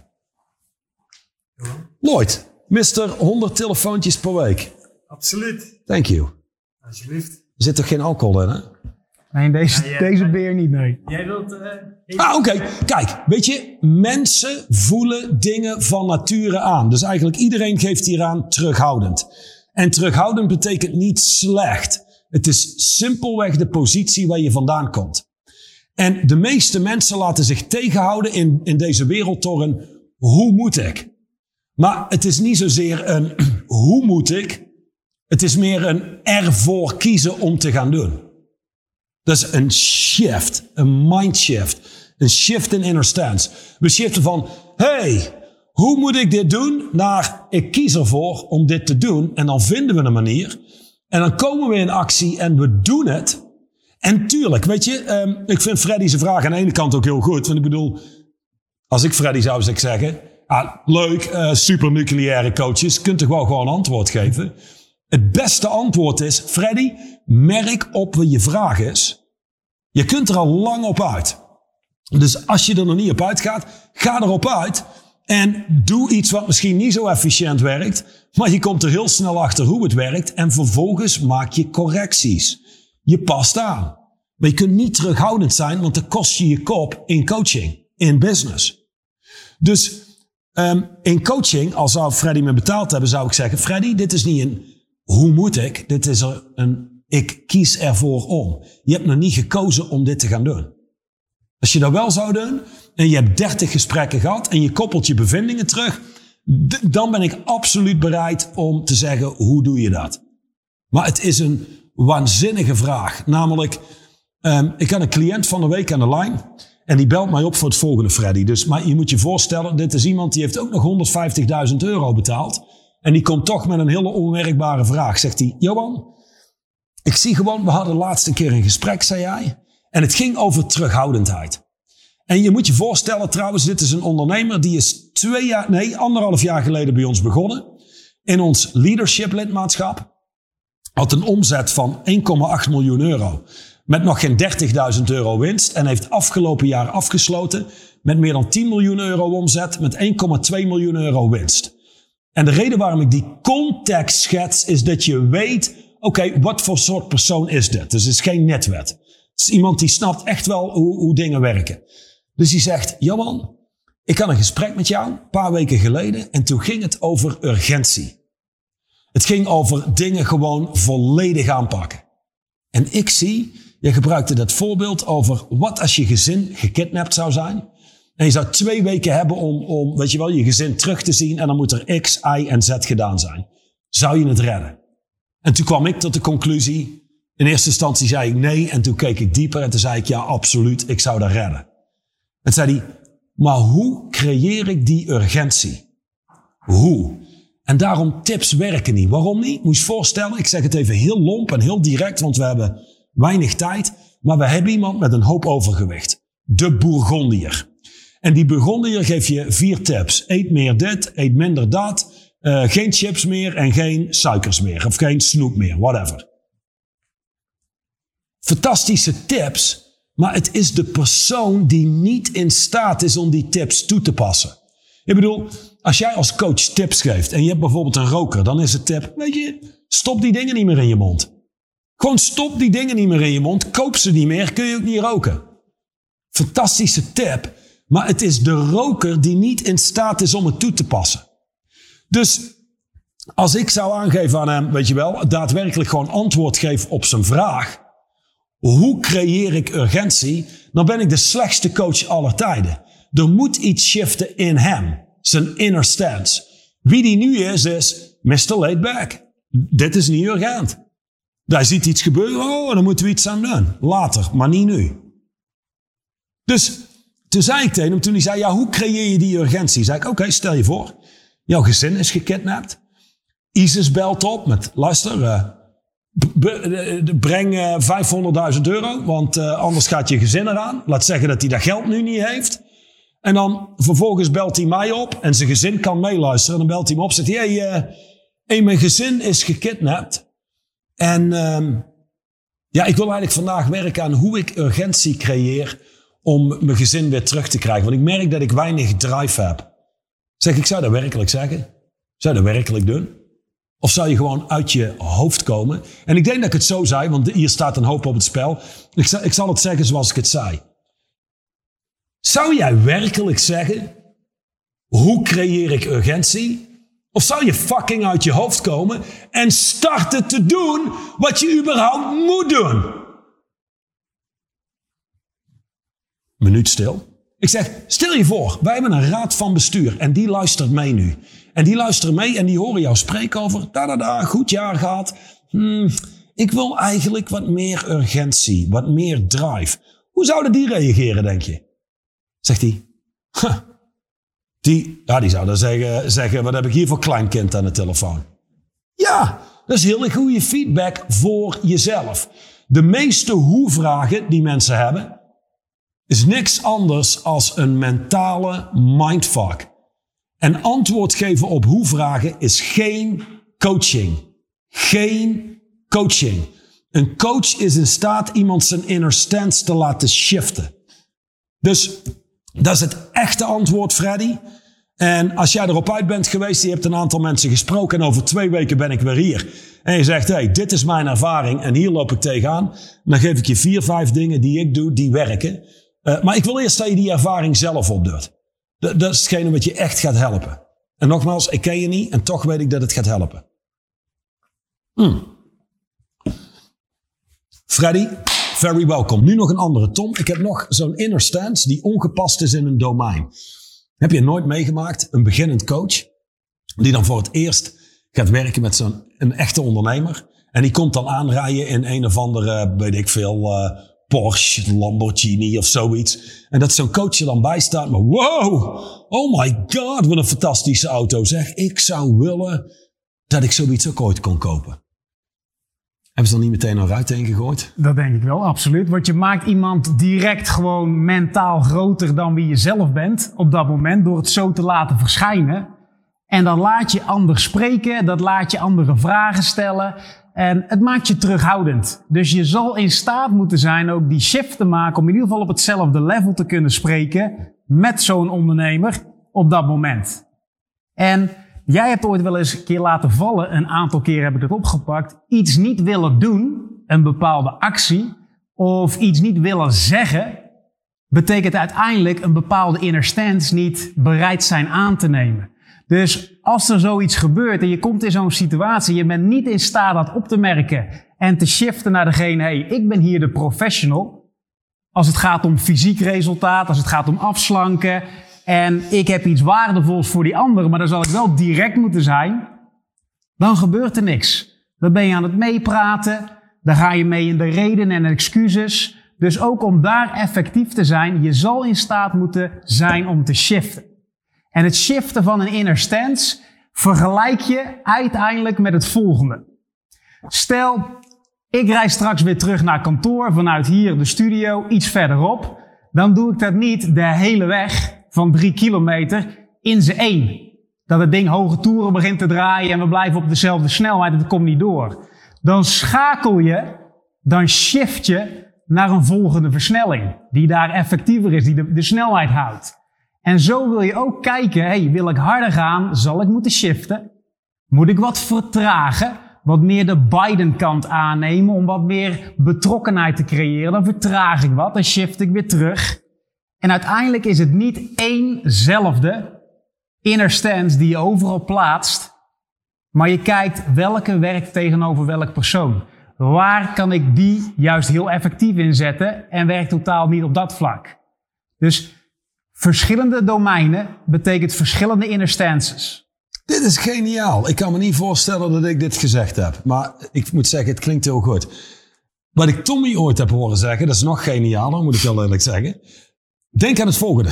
[SPEAKER 2] Lloyd, Mr. 100 telefoontjes per week.
[SPEAKER 3] Absoluut.
[SPEAKER 2] Thank you.
[SPEAKER 3] Alsjeblieft.
[SPEAKER 2] Er zit toch geen alcohol in, hè?
[SPEAKER 1] Nee, deze beer niet, nee.
[SPEAKER 3] Jij wilt...
[SPEAKER 2] Oké. Kijk, weet je, mensen voelen dingen van nature aan. Dus eigenlijk iedereen geeft hieraan terughoudend. En terughoudend betekent niet slecht. Het is simpelweg de positie waar je vandaan komt. En de meeste mensen laten zich tegenhouden in deze wereld door een hoe moet ik? Maar het is niet zozeer een hoe moet ik? Het is meer een ervoor kiezen om te gaan doen. Dat is een shift, een mindshift, een shift in inner stance. We shiften van, hey, hoe moet ik dit doen? Naar, ik kies ervoor om dit te doen. En dan vinden we een manier. En dan komen we in actie en we doen het. En tuurlijk, weet je, ik vind Freddy zijn vraag aan de ene kant ook heel goed. Want ik bedoel, als ik Freddy zou zeggen, leuk, super nucleaire coaches, kunt toch wel gewoon antwoord geven. Het beste antwoord is, Freddy, merk op wat je vraag is. Je kunt er al lang op uit. Dus als je er nog niet op uitgaat, ga erop uit. En doe iets wat misschien niet zo efficiënt werkt. Maar je komt er heel snel achter hoe het werkt. En vervolgens maak je correcties. Je past aan. Maar je kunt niet terughoudend zijn, want dan kost je je kop in coaching, in business. Dus in coaching, als zou Freddy me betaald hebben, zou ik zeggen, Freddy, dit is niet een hoe moet ik, dit is ik kies ervoor om. Je hebt nog niet gekozen om dit te gaan doen. Als je dat wel zou doen en je hebt 30 gesprekken gehad en je koppelt je bevindingen terug, dan ben ik absoluut bereid om te zeggen, hoe doe je dat? Maar het is een waanzinnige vraag. Namelijk, ik had een cliënt van de week aan de lijn en die belt mij op voor het volgende, Freddy. Maar je moet je voorstellen, dit is iemand die heeft ook nog €150.000 betaald. En die komt toch met een hele onwerkbare vraag. Zegt hij, Johan, ik zie gewoon, we hadden de laatste keer een gesprek, zei jij. En het ging over terughoudendheid. En je moet je voorstellen trouwens, dit is een ondernemer die is 1,5 jaar geleden bij ons begonnen. In ons leadership lidmaatschap. Had een omzet van €1,8 miljoen. Met nog geen €30.000 winst. En heeft afgelopen jaar afgesloten met meer dan €10 miljoen omzet. Met €1,2 miljoen winst. En de reden waarom ik die context schets is dat je weet, oké, wat voor soort persoon is dit? Dus het is geen netwet. Het is iemand die snapt echt wel hoe dingen werken. Dus die zegt, Johan, ik had een gesprek met jou een paar weken geleden en toen ging het over urgentie. Het ging over dingen gewoon volledig aanpakken. En ik zie, je gebruikte dat voorbeeld over wat als je gezin gekidnapt zou zijn. En je zou 2 weken hebben om weet je wel, je gezin terug te zien en dan moet er X, Y en Z gedaan zijn. Zou je het redden? En toen kwam ik tot de conclusie, in eerste instantie zei ik nee en toen keek ik dieper en toen zei ik ja, absoluut, ik zou dat redden. En toen zei hij, maar hoe creëer ik die urgentie? Hoe? En daarom tips werken niet. Waarom niet? Moet je je voorstellen, ik zeg het even heel lomp en heel direct, want we hebben weinig tijd, maar we hebben iemand met een hoop overgewicht. De Bourgondier. En die Bourgondier geeft je 4 tips. Eet meer dit, eet minder dat. Geen chips meer en geen suikers meer. Of geen snoep meer, whatever. Fantastische tips. Maar het is de persoon die niet in staat is om die tips toe te passen. Ik bedoel, als jij als coach tips geeft en je hebt bijvoorbeeld een roker, dan is het tip, weet je, stop die dingen niet meer in je mond. Gewoon stop die dingen niet meer in je mond. Koop ze niet meer, kun je ook niet roken. Fantastische tip. Maar het is de roker die niet in staat is om het toe te passen. Dus als ik zou aangeven aan hem, weet je wel, daadwerkelijk gewoon antwoord geef op zijn vraag. Hoe creëer ik urgentie? Dan ben ik de slechtste coach aller tijden. Er moet iets shiften in hem. Zijn inner stance. Wie die nu is Mr. Laid Back. Dit is niet urgent. Hij ziet iets gebeuren, dan moeten we iets aan doen. Later, maar niet nu. Dus toen zei ik tegen hem, toen hij zei, ja, hoe creëer je die urgentie? Zei ik, oké, stel je voor, jouw gezin is gekidnapt. ISIS belt op met, luister, breng €500.000, want anders gaat je gezin eraan. Laat zeggen dat hij dat geld nu niet heeft. En dan vervolgens belt hij mij op en zijn gezin kan meeluisteren. En dan belt hij me op en zegt hij, mijn gezin is gekidnapt. En ik wil eigenlijk vandaag werken aan hoe ik urgentie creëer om mijn gezin weer terug te krijgen. Want ik merk dat ik weinig drive heb. Zeg, ik zou dat werkelijk zeggen? Zou je dat werkelijk doen? Of zou je gewoon uit je hoofd komen? En ik denk dat ik het zo zei, want hier staat een hoop op het spel. Ik zal het zeggen zoals ik het zei. Zou jij werkelijk zeggen, hoe creëer ik urgentie? Of zou je fucking uit je hoofd komen en starten te doen wat je überhaupt moet doen? Minuut stil. Ik zeg, stel je voor, wij hebben een raad van bestuur en die luistert mee nu. En die luisteren mee en die horen jou spreken over, goed jaar gehad. Ik wil eigenlijk wat meer urgentie, wat meer drive. Hoe zouden die reageren, denk je? Zegt hij. Die zou dan zeggen, wat heb ik hier voor kleinkind aan de telefoon? Ja, dat is heel goede feedback voor jezelf. De meeste hoe-vragen die mensen hebben, is niks anders als een mentale mindfuck. En antwoord geven op hoe-vragen is geen coaching. Geen coaching. Een coach is in staat iemand zijn inner stance te laten shiften. Dus dat is het echte antwoord, Freddy. En als jij erop uit bent geweest, je hebt een aantal mensen gesproken en over 2 weken ben ik weer hier. En je zegt, hey, dit is mijn ervaring en hier loop ik tegenaan. Dan geef ik je 4, 5 dingen die ik doe, die werken. Maar ik wil eerst dat je die ervaring zelf opdoet. Dat is hetgene wat je echt gaat helpen. En nogmaals, ik ken je niet en toch weet ik dat het gaat helpen. Freddy, very welcome. Nu nog een andere Tom. Ik heb nog zo'n inner stance die ongepast is in een domein. Heb je nooit meegemaakt, een beginnend coach, die dan voor het eerst gaat werken met een echte ondernemer. En die komt dan aanrijden in een of andere, weet ik veel, Porsche, Lamborghini of zoiets. En dat zo'n coach er dan bij staat, maar wow, oh my god, wat een fantastische auto zeg. Ik zou willen dat ik zoiets ook ooit kon kopen. Hebben ze dan niet meteen een ruit heen gegooid?
[SPEAKER 1] Dat denk ik wel, absoluut. Want je maakt iemand direct gewoon mentaal groter dan wie je zelf bent op dat moment, door het zo te laten verschijnen. En dan laat je anders spreken, dat laat je andere vragen stellen. En het maakt je terughoudend. Dus je zal in staat moeten zijn ook die shift te maken om in ieder geval op hetzelfde level te kunnen spreken met zo'n ondernemer op dat moment. En jij hebt ooit wel eens een keer laten vallen, een aantal keer heb ik het opgepakt, iets niet willen doen, een bepaalde actie, of iets niet willen zeggen, betekent uiteindelijk een bepaalde inner stance niet bereid zijn aan te nemen. Dus als er zoiets gebeurt en je komt in zo'n situatie, je bent niet in staat dat op te merken en te shiften naar degene, hey, ik ben hier de professional. Als het gaat om fysiek resultaat, als het gaat om afslanken en ik heb iets waardevols voor die anderen, maar dan zal ik wel direct moeten zijn, dan gebeurt er niks. Dan ben je aan het meepraten, dan ga je mee in de redenen en excuses. Dus ook om daar effectief te zijn, je zal in staat moeten zijn om te shiften. En het shiften van een inner stance vergelijk je uiteindelijk met het volgende. Stel, ik rijd straks weer terug naar kantoor vanuit hier de studio, iets verderop. Dan doe ik dat niet de hele weg van 3 kilometer in z'n één. Dat het ding hoge toeren begint te draaien en we blijven op dezelfde snelheid en het komt niet door. Dan schakel je, dan shift je naar een volgende versnelling. Die daar effectiever is, die de snelheid houdt. En zo wil je ook kijken, hey, wil ik harder gaan, zal ik moeten shiften? Moet ik wat vertragen? Wat meer de Biden-kant aannemen om wat meer betrokkenheid te creëren? Dan vertraag ik wat, dan shift ik weer terug. En uiteindelijk is het niet éénzelfde inner stance die je overal plaatst. Maar je kijkt welke werkt tegenover welk persoon. Waar kan ik die juist heel effectief inzetten en werkt totaal niet op dat vlak? Dus verschillende domeinen betekent verschillende inner stances.
[SPEAKER 2] Dit is geniaal. Ik kan me niet voorstellen dat ik dit gezegd heb. Maar ik moet zeggen, het klinkt heel goed. Wat ik Tommy ooit heb horen zeggen, dat is nog genialer, moet ik wel eerlijk zeggen. Denk aan het volgende.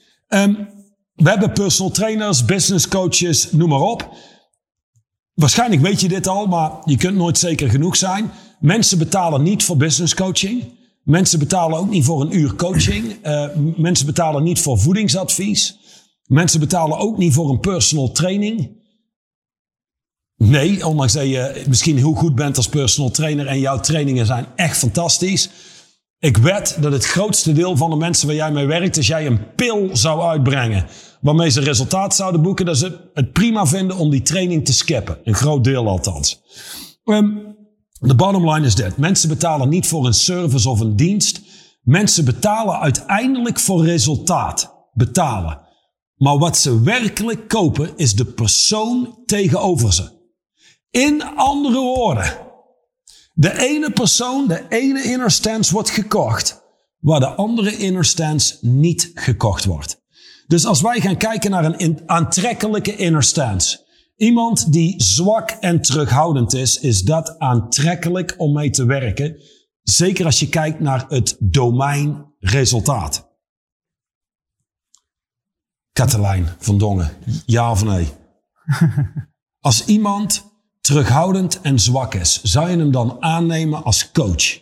[SPEAKER 2] We hebben personal trainers, business coaches, noem maar op. Waarschijnlijk weet je dit al, maar je kunt nooit zeker genoeg zijn. Mensen betalen niet voor business coaching. Mensen betalen ook niet voor een uur coaching. Mensen betalen niet voor voedingsadvies. Mensen betalen ook niet voor een personal training. Nee, ondanks dat je misschien heel goed bent als personal trainer en jouw trainingen zijn echt fantastisch. Ik wed dat het grootste deel van de mensen waar jij mee werkt, als jij een pil zou uitbrengen waarmee ze resultaat zouden boeken, dat ze het prima vinden om die training te skippen. Een groot deel althans. De bottom line is dit. Mensen betalen niet voor een service of een dienst. Mensen betalen uiteindelijk voor resultaat. Betalen. Maar wat ze werkelijk kopen is de persoon tegenover ze. In andere woorden. De ene persoon, de ene inner stance wordt gekocht, waar de andere inner stance niet gekocht wordt. Dus als wij gaan kijken naar een aantrekkelijke inner stance. Iemand die zwak en terughoudend is dat aantrekkelijk om mee te werken. Zeker als je kijkt naar het domein resultaat. Katelijn van Dongen, ja of nee? Als iemand terughoudend en zwak is, zou je hem dan aannemen als coach?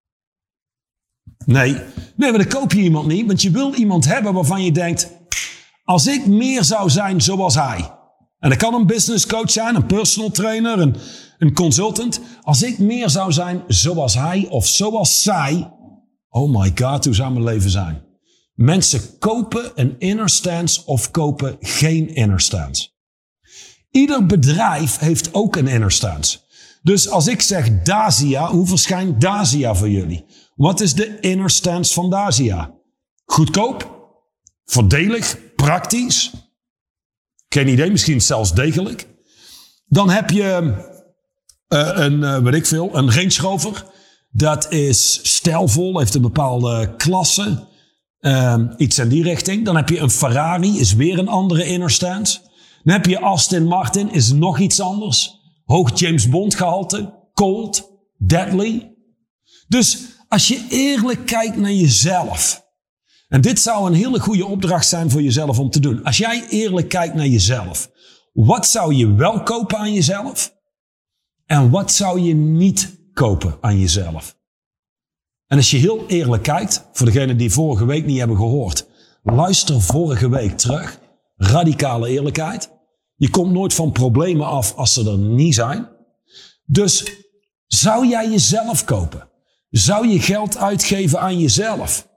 [SPEAKER 2] Nee, maar dan koop je iemand niet, want je wil iemand hebben waarvan je denkt, als ik meer zou zijn zoals hij. En dat kan een business coach zijn, een personal trainer, een consultant. Als ik meer zou zijn zoals hij of zoals zij. Oh my god, hoe zou mijn leven zijn? Mensen kopen een inner stance of kopen geen inner stance. Ieder bedrijf heeft ook een inner stance. Dus als ik zeg Dacia, hoe verschijnt Dacia voor jullie? Wat is de inner stance van Dacia? Goedkoop, voordelig, praktisch. Geen idee, misschien zelfs degelijk. Dan heb je een Range Rover. Dat is stijlvol, heeft een bepaalde klasse. Iets in die richting. Dan heb je een Ferrari, is weer een andere inner stance. Dan heb je Aston Martin, is nog iets anders. Hoog James Bond gehalte. Cold, deadly. Dus als je eerlijk kijkt naar jezelf. En dit zou een hele goede opdracht zijn voor jezelf om te doen. Als jij eerlijk kijkt naar jezelf. Wat zou je wel kopen aan jezelf? En wat zou je niet kopen aan jezelf? En als je heel eerlijk kijkt, voor degenen die vorige week niet hebben gehoord. Luister vorige week terug. Radicale eerlijkheid. Je komt nooit van problemen af als ze er niet zijn. Dus zou jij jezelf kopen? Zou je geld uitgeven aan jezelf?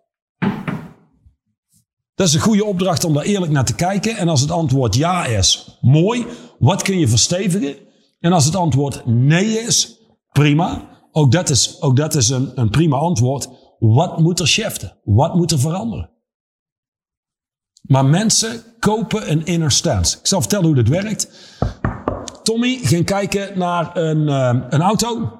[SPEAKER 2] Dat is een goede opdracht om daar eerlijk naar te kijken. En als het antwoord ja is, mooi. Wat kun je verstevigen? En als het antwoord nee is, prima. Ook dat is een prima antwoord. Wat moet er shiften? Wat moet er veranderen? Maar mensen kopen een inner stance. Ik zal vertellen hoe dit werkt. Tommy ging kijken naar een auto.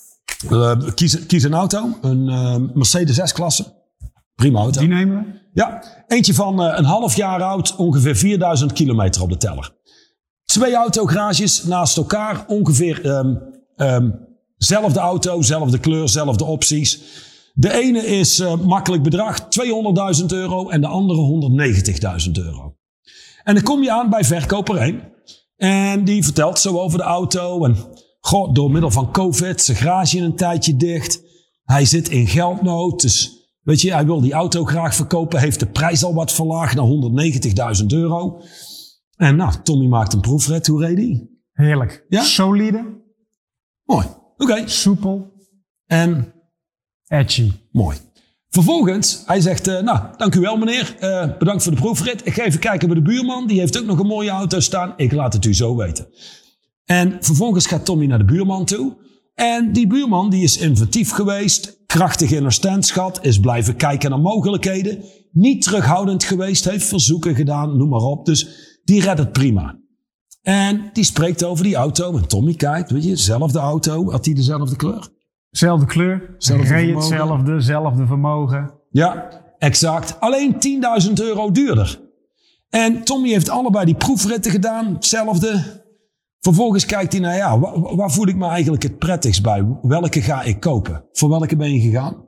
[SPEAKER 2] Kies een auto. Een Mercedes S-klasse. Prima auto.
[SPEAKER 1] Die nemen we?
[SPEAKER 2] Ja, eentje van een half jaar oud, ongeveer 4000 kilometer op de teller. 2 autogarages naast elkaar, ongeveer zelfde auto, zelfde kleur, zelfde opties. De ene is makkelijk bedrag, €200.000 en de andere €190.000. En dan kom je aan bij verkoper 1. En die vertelt zo over de auto. En door middel van COVID, zijn garage een tijdje dicht. Hij zit in geldnood, dus weet je, hij wil die auto graag verkopen. Heeft de prijs al wat verlaagd naar €190.000. En nou, Tommy maakt een proefrit. Hoe reed hij?
[SPEAKER 1] Heerlijk.
[SPEAKER 2] Ja?
[SPEAKER 1] Solide.
[SPEAKER 2] Mooi. Oké.
[SPEAKER 1] Soepel.
[SPEAKER 2] En
[SPEAKER 1] edgy.
[SPEAKER 2] mooi. Vervolgens, hij zegt, dank u wel meneer. Bedankt voor de proefrit. Ik ga even kijken bij de buurman. Die heeft ook nog een mooie auto staan. Ik laat het u zo weten. En vervolgens gaat Tommy naar de buurman toe. En die buurman die is inventief geweest. Krachtig inner stance gehad. Is blijven kijken naar mogelijkheden. Niet terughoudend geweest. Heeft verzoeken gedaan. Noem maar op. Dus die redt het prima. En die spreekt over die auto. En Tommy kijkt. Weet je, dezelfde auto. Had die dezelfde kleur?
[SPEAKER 1] Zelfde kleur. Reed hetzelfde. Zelfde vermogen.
[SPEAKER 2] Ja, exact. Alleen €10.000 duurder. En Tommy heeft allebei die proefritten gedaan. Hetzelfde. Vervolgens kijkt hij naar, waar voel ik me eigenlijk het prettigst bij? Welke ga ik kopen? Voor welke ben je gegaan?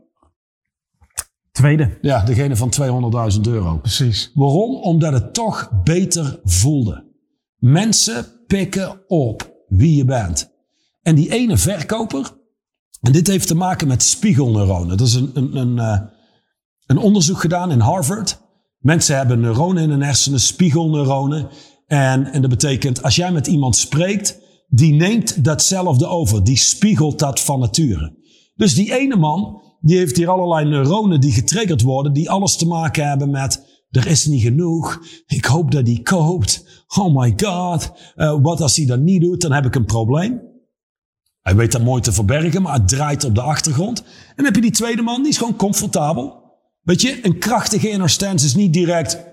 [SPEAKER 1] Tweede.
[SPEAKER 2] Ja, degene van €200.000.
[SPEAKER 1] Precies.
[SPEAKER 2] Waarom? Omdat het toch beter voelde. Mensen pikken op wie je bent. En die ene verkoper, en dit heeft te maken met spiegelneuronen. Dat is een onderzoek gedaan in Harvard. Mensen hebben neuronen in hun hersenen, spiegelneuronen. En dat betekent, als jij met iemand spreekt, die neemt datzelfde over. Die spiegelt dat van nature. Dus die ene man, die heeft hier allerlei neuronen die getriggerd worden, die alles te maken hebben met, er is niet genoeg, ik hoop dat hij koopt, oh my god, wat als hij dat niet doet, dan heb ik een probleem. Hij weet dat mooi te verbergen, maar het draait op de achtergrond. En dan heb je die tweede man, die is gewoon comfortabel. Weet je, een krachtige inner stance is niet direct,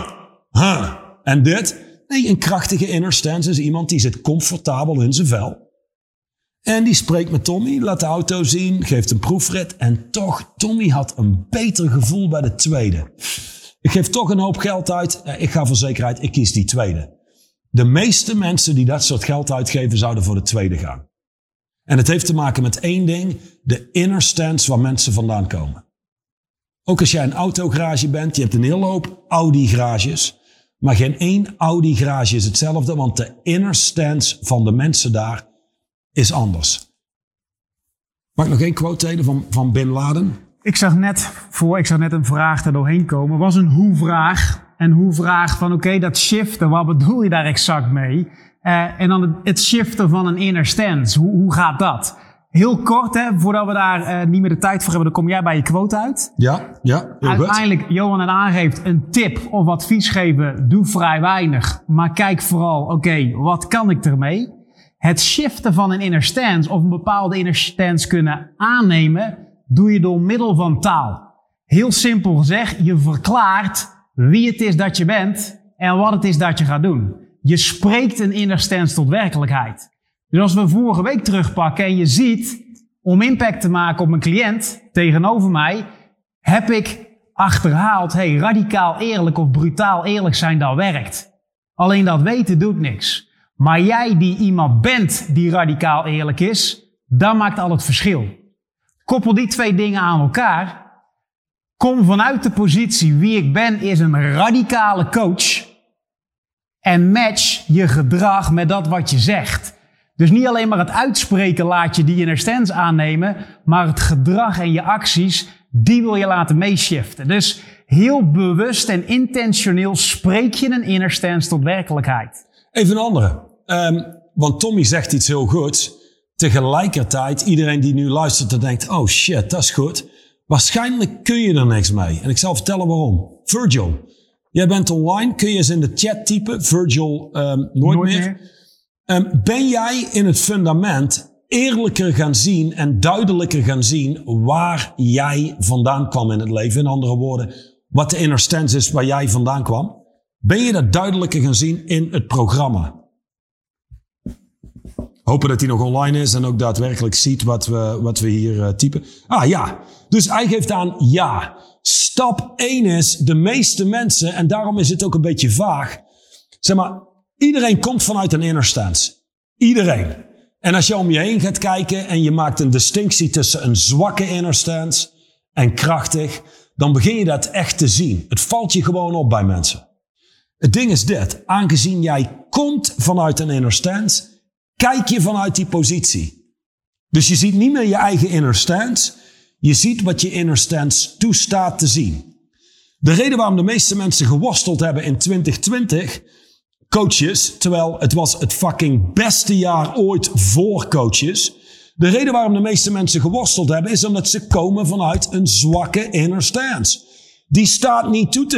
[SPEAKER 2] en dit. Nee, een krachtige inner stance is iemand die zit comfortabel in zijn vel. En die spreekt met Tommy, laat de auto zien, geeft een proefrit. En toch, Tommy had een beter gevoel bij de tweede. Ik geef toch een hoop geld uit. Ik ga voor zekerheid, ik kies die tweede. De meeste mensen die dat soort geld uitgeven, zouden voor de tweede gaan. En het heeft te maken met één ding. De inner stance waar mensen vandaan komen. Ook als jij een autogarage bent, je hebt een hele hoop Audi-garages. Maar geen één Audi-garage is hetzelfde, want de inner stance van de mensen daar is anders. Mag ik nog één quote delen van Bin Laden?
[SPEAKER 1] Ik zag net een vraag er doorheen komen. Was een hoe-vraag. En hoe-vraag van oké, dat shiften, wat bedoel je daar exact mee? En dan het shiften van een inner stance. Hoe gaat dat? Heel kort, hè, voordat we daar niet meer de tijd voor hebben, dan kom jij bij je quote uit.
[SPEAKER 2] Ja, heel
[SPEAKER 1] uiteindelijk, Johan het aangeeft, een tip of advies geven, doe vrij weinig. Maar kijk vooral, oké, wat kan ik ermee? Het shiften van een inner stance of een bepaalde inner stance kunnen aannemen, doe je door middel van taal. Heel simpel gezegd, je verklaart wie het is dat je bent en wat het is dat je gaat doen. Je spreekt een inner stance tot werkelijkheid. Dus als we vorige week terugpakken en je ziet, om impact te maken op mijn cliënt tegenover mij, heb ik achterhaald, radicaal eerlijk of brutaal eerlijk zijn, dat werkt. Alleen dat weten doet niks. Maar jij die iemand bent die radicaal eerlijk is, dat maakt al het verschil. Koppel die twee dingen aan elkaar. Kom vanuit de positie wie ik ben is een radicale coach. En match je gedrag met dat wat je zegt. Dus niet alleen maar het uitspreken laat je die inner stance aannemen, maar het gedrag en je acties, die wil je laten meeshiften. Dus heel bewust en intentioneel spreek je een inner stance tot werkelijkheid.
[SPEAKER 2] Even een andere. Want Tommy zegt iets heel goeds. Tegelijkertijd, iedereen die nu luistert en denkt, oh shit, dat is goed. Waarschijnlijk kun je er niks mee. En ik zal vertellen waarom. Virgil, jij bent online. Kun je eens in de chat typen? Virgil, nooit meer. Ben jij in het fundament eerlijker gaan zien en duidelijker gaan zien waar jij vandaan kwam in het leven? In andere woorden, wat de inner stance is waar jij vandaan kwam. Ben je dat duidelijker gaan zien in het programma? Hopen dat hij nog online is en ook daadwerkelijk ziet wat we hier typen. Ah ja, dus hij geeft aan ja. Stap 1 is de meeste mensen, en daarom is het ook een beetje vaag. Zeg maar, iedereen komt vanuit een inner stance. Iedereen. En als je om je heen gaat kijken en je maakt een distinctie tussen een zwakke inner stance en krachtig, dan begin je dat echt te zien. Het valt je gewoon op bij mensen. Het ding is dit. Aangezien jij komt vanuit een inner stance, kijk je vanuit die positie. Dus je ziet niet meer je eigen inner stance. Je ziet wat je inner stance toestaat te zien. De reden waarom de meeste mensen geworsteld hebben in 2020, coaches, terwijl het was het fucking beste jaar ooit voor coaches. De reden waarom de meeste mensen geworsteld hebben is omdat ze komen vanuit een zwakke inner stance. Die staat niet toe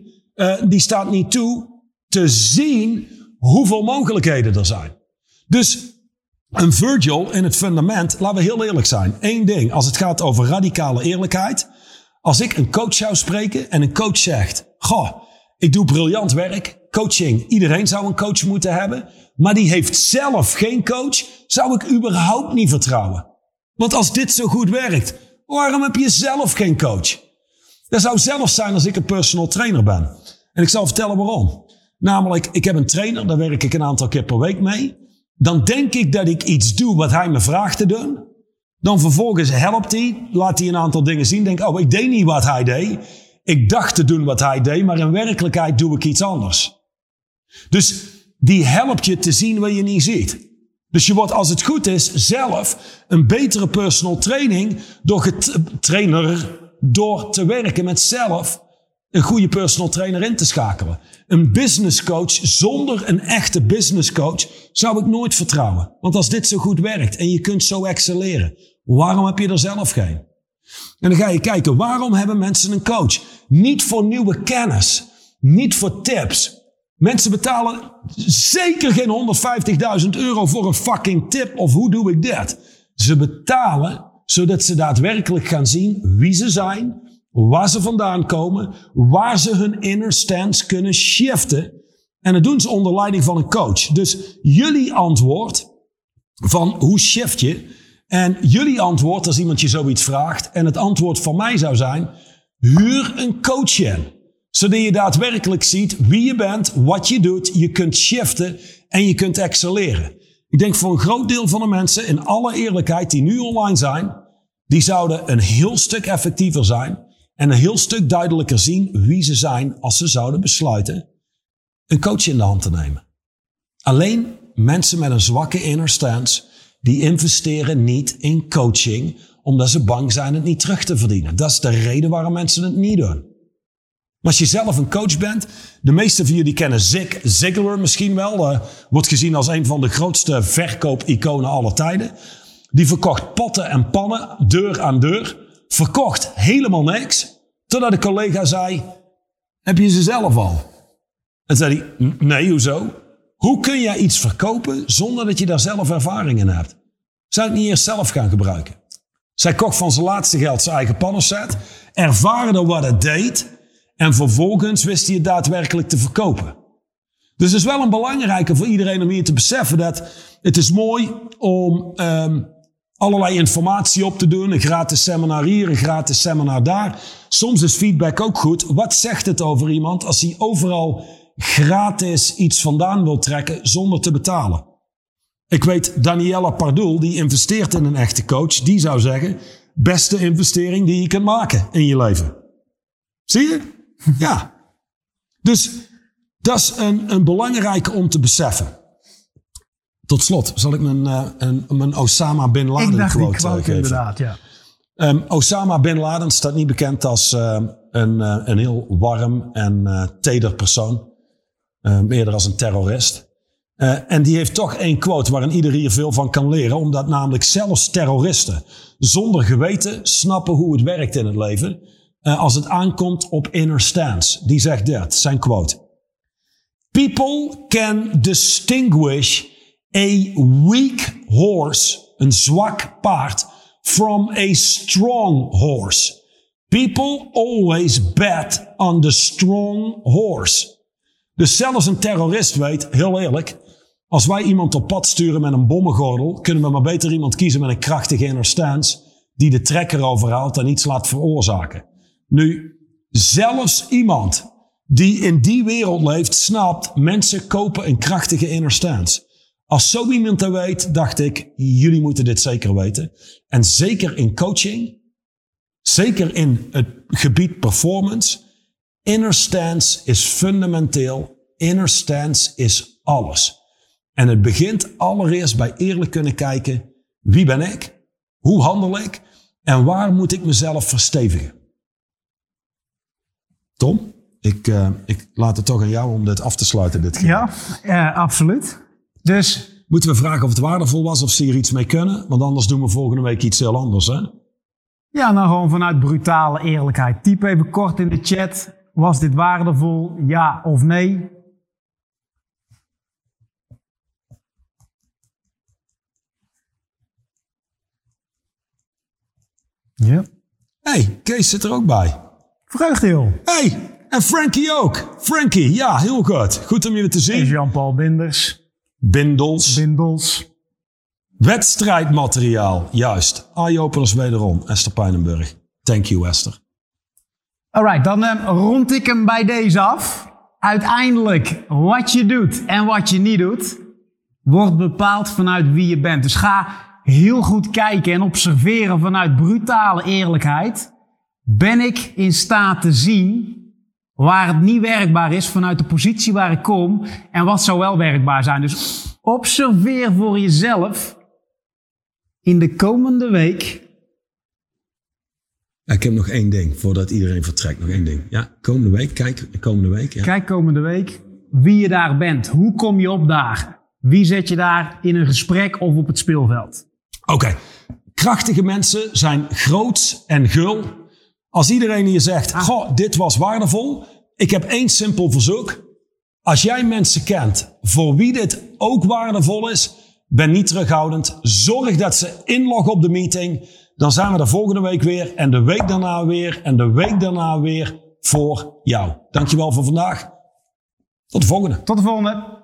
[SPEAKER 2] te zien hoeveel mogelijkheden er zijn. Dus een Virgil in het fundament, laten we heel eerlijk zijn. Eén ding, als het gaat over radicale eerlijkheid. Als ik een coach zou spreken en een coach zegt, goh, ik doe briljant werk, coaching, iedereen zou een coach moeten hebben. Maar die heeft zelf geen coach, zou ik überhaupt niet vertrouwen. Want als dit zo goed werkt, waarom heb je zelf geen coach? Dat zou zelfs zijn als ik een personal trainer ben. En ik zal vertellen waarom. Namelijk, ik heb een trainer, daar werk ik een aantal keer per week mee. Dan denk ik dat ik iets doe wat hij me vraagt te doen. Dan vervolgens helpt hij, laat hij een aantal dingen zien. Denk, oh, ik deed niet wat hij deed. Ik dacht te doen wat hij deed, maar in werkelijkheid doe ik iets anders. Dus die helpt je te zien wat je niet ziet. Dus je wordt, als het goed is, zelf een betere personal trainer door te werken met zelf een goede personal trainer in te schakelen. Een business coach zonder een echte business coach zou ik nooit vertrouwen. Want als dit zo goed werkt en je kunt zo excelleren, waarom heb je er zelf geen? En dan ga je kijken, waarom hebben mensen een coach? Niet voor nieuwe kennis, niet voor tips. Mensen betalen zeker geen €150.000 voor een fucking tip of hoe doe ik dit? Ze betalen zodat ze daadwerkelijk gaan zien wie ze zijn, waar ze vandaan komen, waar ze hun inner stance kunnen shiften. En dat doen ze onder leiding van een coach. Dus jullie antwoord van hoe shift je? En jullie antwoord als iemand je zoiets vraagt. En het antwoord van mij zou zijn, huur een coach in. Zodat je daadwerkelijk ziet wie je bent, wat je doet. Je kunt shiften en je kunt excelleren. Ik denk voor een groot deel van de mensen, in alle eerlijkheid, die nu online zijn, die zouden een heel stuk effectiever zijn en een heel stuk duidelijker zien wie ze zijn als ze zouden besluiten een coach in de hand te nemen. Alleen mensen met een zwakke inner stance, die investeren niet in coaching omdat ze bang zijn het niet terug te verdienen. Dat is de reden waarom mensen het niet doen. Maar als je zelf een coach bent, de meeste van jullie kennen Zig Ziglar misschien wel. Wordt gezien als een van de grootste verkoopiconen aller tijden. Die verkocht potten en pannen, deur aan deur. Verkocht helemaal niks. Totdat de collega zei, heb je ze zelf al? En zei hij, nee, hoezo? Hoe kun jij iets verkopen zonder dat je daar zelf ervaring in hebt? Zou het niet eerst zelf gaan gebruiken? Zij kocht van zijn laatste geld zijn eigen pannenset. Ervaarde wat het deed. En vervolgens wist hij het daadwerkelijk te verkopen. Dus het is wel een belangrijke voor iedereen om hier te beseffen dat het is mooi om allerlei informatie op te doen. Een gratis seminar hier, een gratis seminar daar. Soms is feedback ook goed. Wat zegt het over iemand als hij overal gratis iets vandaan wil trekken zonder te betalen? Ik weet, Daniela Pardoel, die investeert in een echte coach, die zou zeggen, beste investering die je kunt maken in je leven. Zie je? Ja. Dus dat is een belangrijke om te beseffen. Tot slot zal ik mijn Osama Bin Laden quote geven.
[SPEAKER 1] Inderdaad, ja.
[SPEAKER 2] Osama Bin Laden staat niet bekend als een heel warm en teder persoon. Eerder als een terrorist. En die heeft toch één quote waarin ieder hier veel van kan leren. Omdat namelijk zelfs terroristen zonder geweten snappen hoe het werkt in het leven. Als het aankomt op inner stance. Die zegt dit, zijn quote. People can distinguish a weak horse, een zwak paard, from a strong horse. People always bet on the strong horse. Dus zelfs een terrorist weet, heel eerlijk, als wij iemand op pad sturen met een bommengordel, kunnen we maar beter iemand kiezen met een krachtige inner stance die de trekker overhaalt en iets laat veroorzaken. Nu, zelfs iemand die in die wereld leeft, snapt, mensen kopen een krachtige inner stance. Als zo iemand dat weet, dacht ik, jullie moeten dit zeker weten. En zeker in coaching, zeker in het gebied performance, inner stance is fundamenteel. Inner stance is alles. En het begint allereerst bij eerlijk kunnen kijken, wie ben ik? Hoe handel ik? En waar moet ik mezelf verstevigen? Tom, ik laat het toch aan jou om dit af te sluiten. Dit
[SPEAKER 1] ja, absoluut. Dus
[SPEAKER 2] moeten we vragen of het waardevol was of ze hier iets mee kunnen? Want anders doen we volgende week iets heel anders, hè?
[SPEAKER 1] Ja, nou gewoon vanuit brutale eerlijkheid. Typ even kort in de chat. Was dit waardevol? Ja of nee? Ja.
[SPEAKER 2] Hey, Kees zit er ook bij.
[SPEAKER 1] Vreugdeel.
[SPEAKER 2] Hey, en Frankie ook. Frankie, ja, heel goed. Goed om jullie te zien.
[SPEAKER 1] En Jean-Paul Binders.
[SPEAKER 2] Bindels. Wedstrijdmateriaal, juist. Eye-openers wederom. Esther Pijnenburg. Thank you, Esther.
[SPEAKER 1] Alright, dan rond ik hem bij deze af. Uiteindelijk, wat je doet en wat je niet doet, wordt bepaald vanuit wie je bent. Dus ga heel goed kijken en observeren vanuit brutale eerlijkheid. Ben ik in staat te zien waar het niet werkbaar is vanuit de positie waar ik kom en wat zou wel werkbaar zijn. Dus observeer voor jezelf in de komende week.
[SPEAKER 2] Ik heb nog één ding voordat iedereen vertrekt. Nog één ding. Ja, komende week. Kijk, komende week. Ja.
[SPEAKER 1] Kijk komende week wie je daar bent. Hoe kom je opdagen? Wie zet je daar in een gesprek of op het speelveld?
[SPEAKER 2] Oké. Krachtige mensen zijn groots en gul. Als iedereen hier zegt, goh, dit was waardevol. Ik heb één simpel verzoek. Als jij mensen kent voor wie dit ook waardevol is, ben niet terughoudend. Zorg dat ze inloggen op de meeting. Dan zijn we er volgende week weer en de week daarna weer en de week daarna weer voor jou. Dankjewel voor vandaag. Tot de volgende.
[SPEAKER 1] Tot de volgende.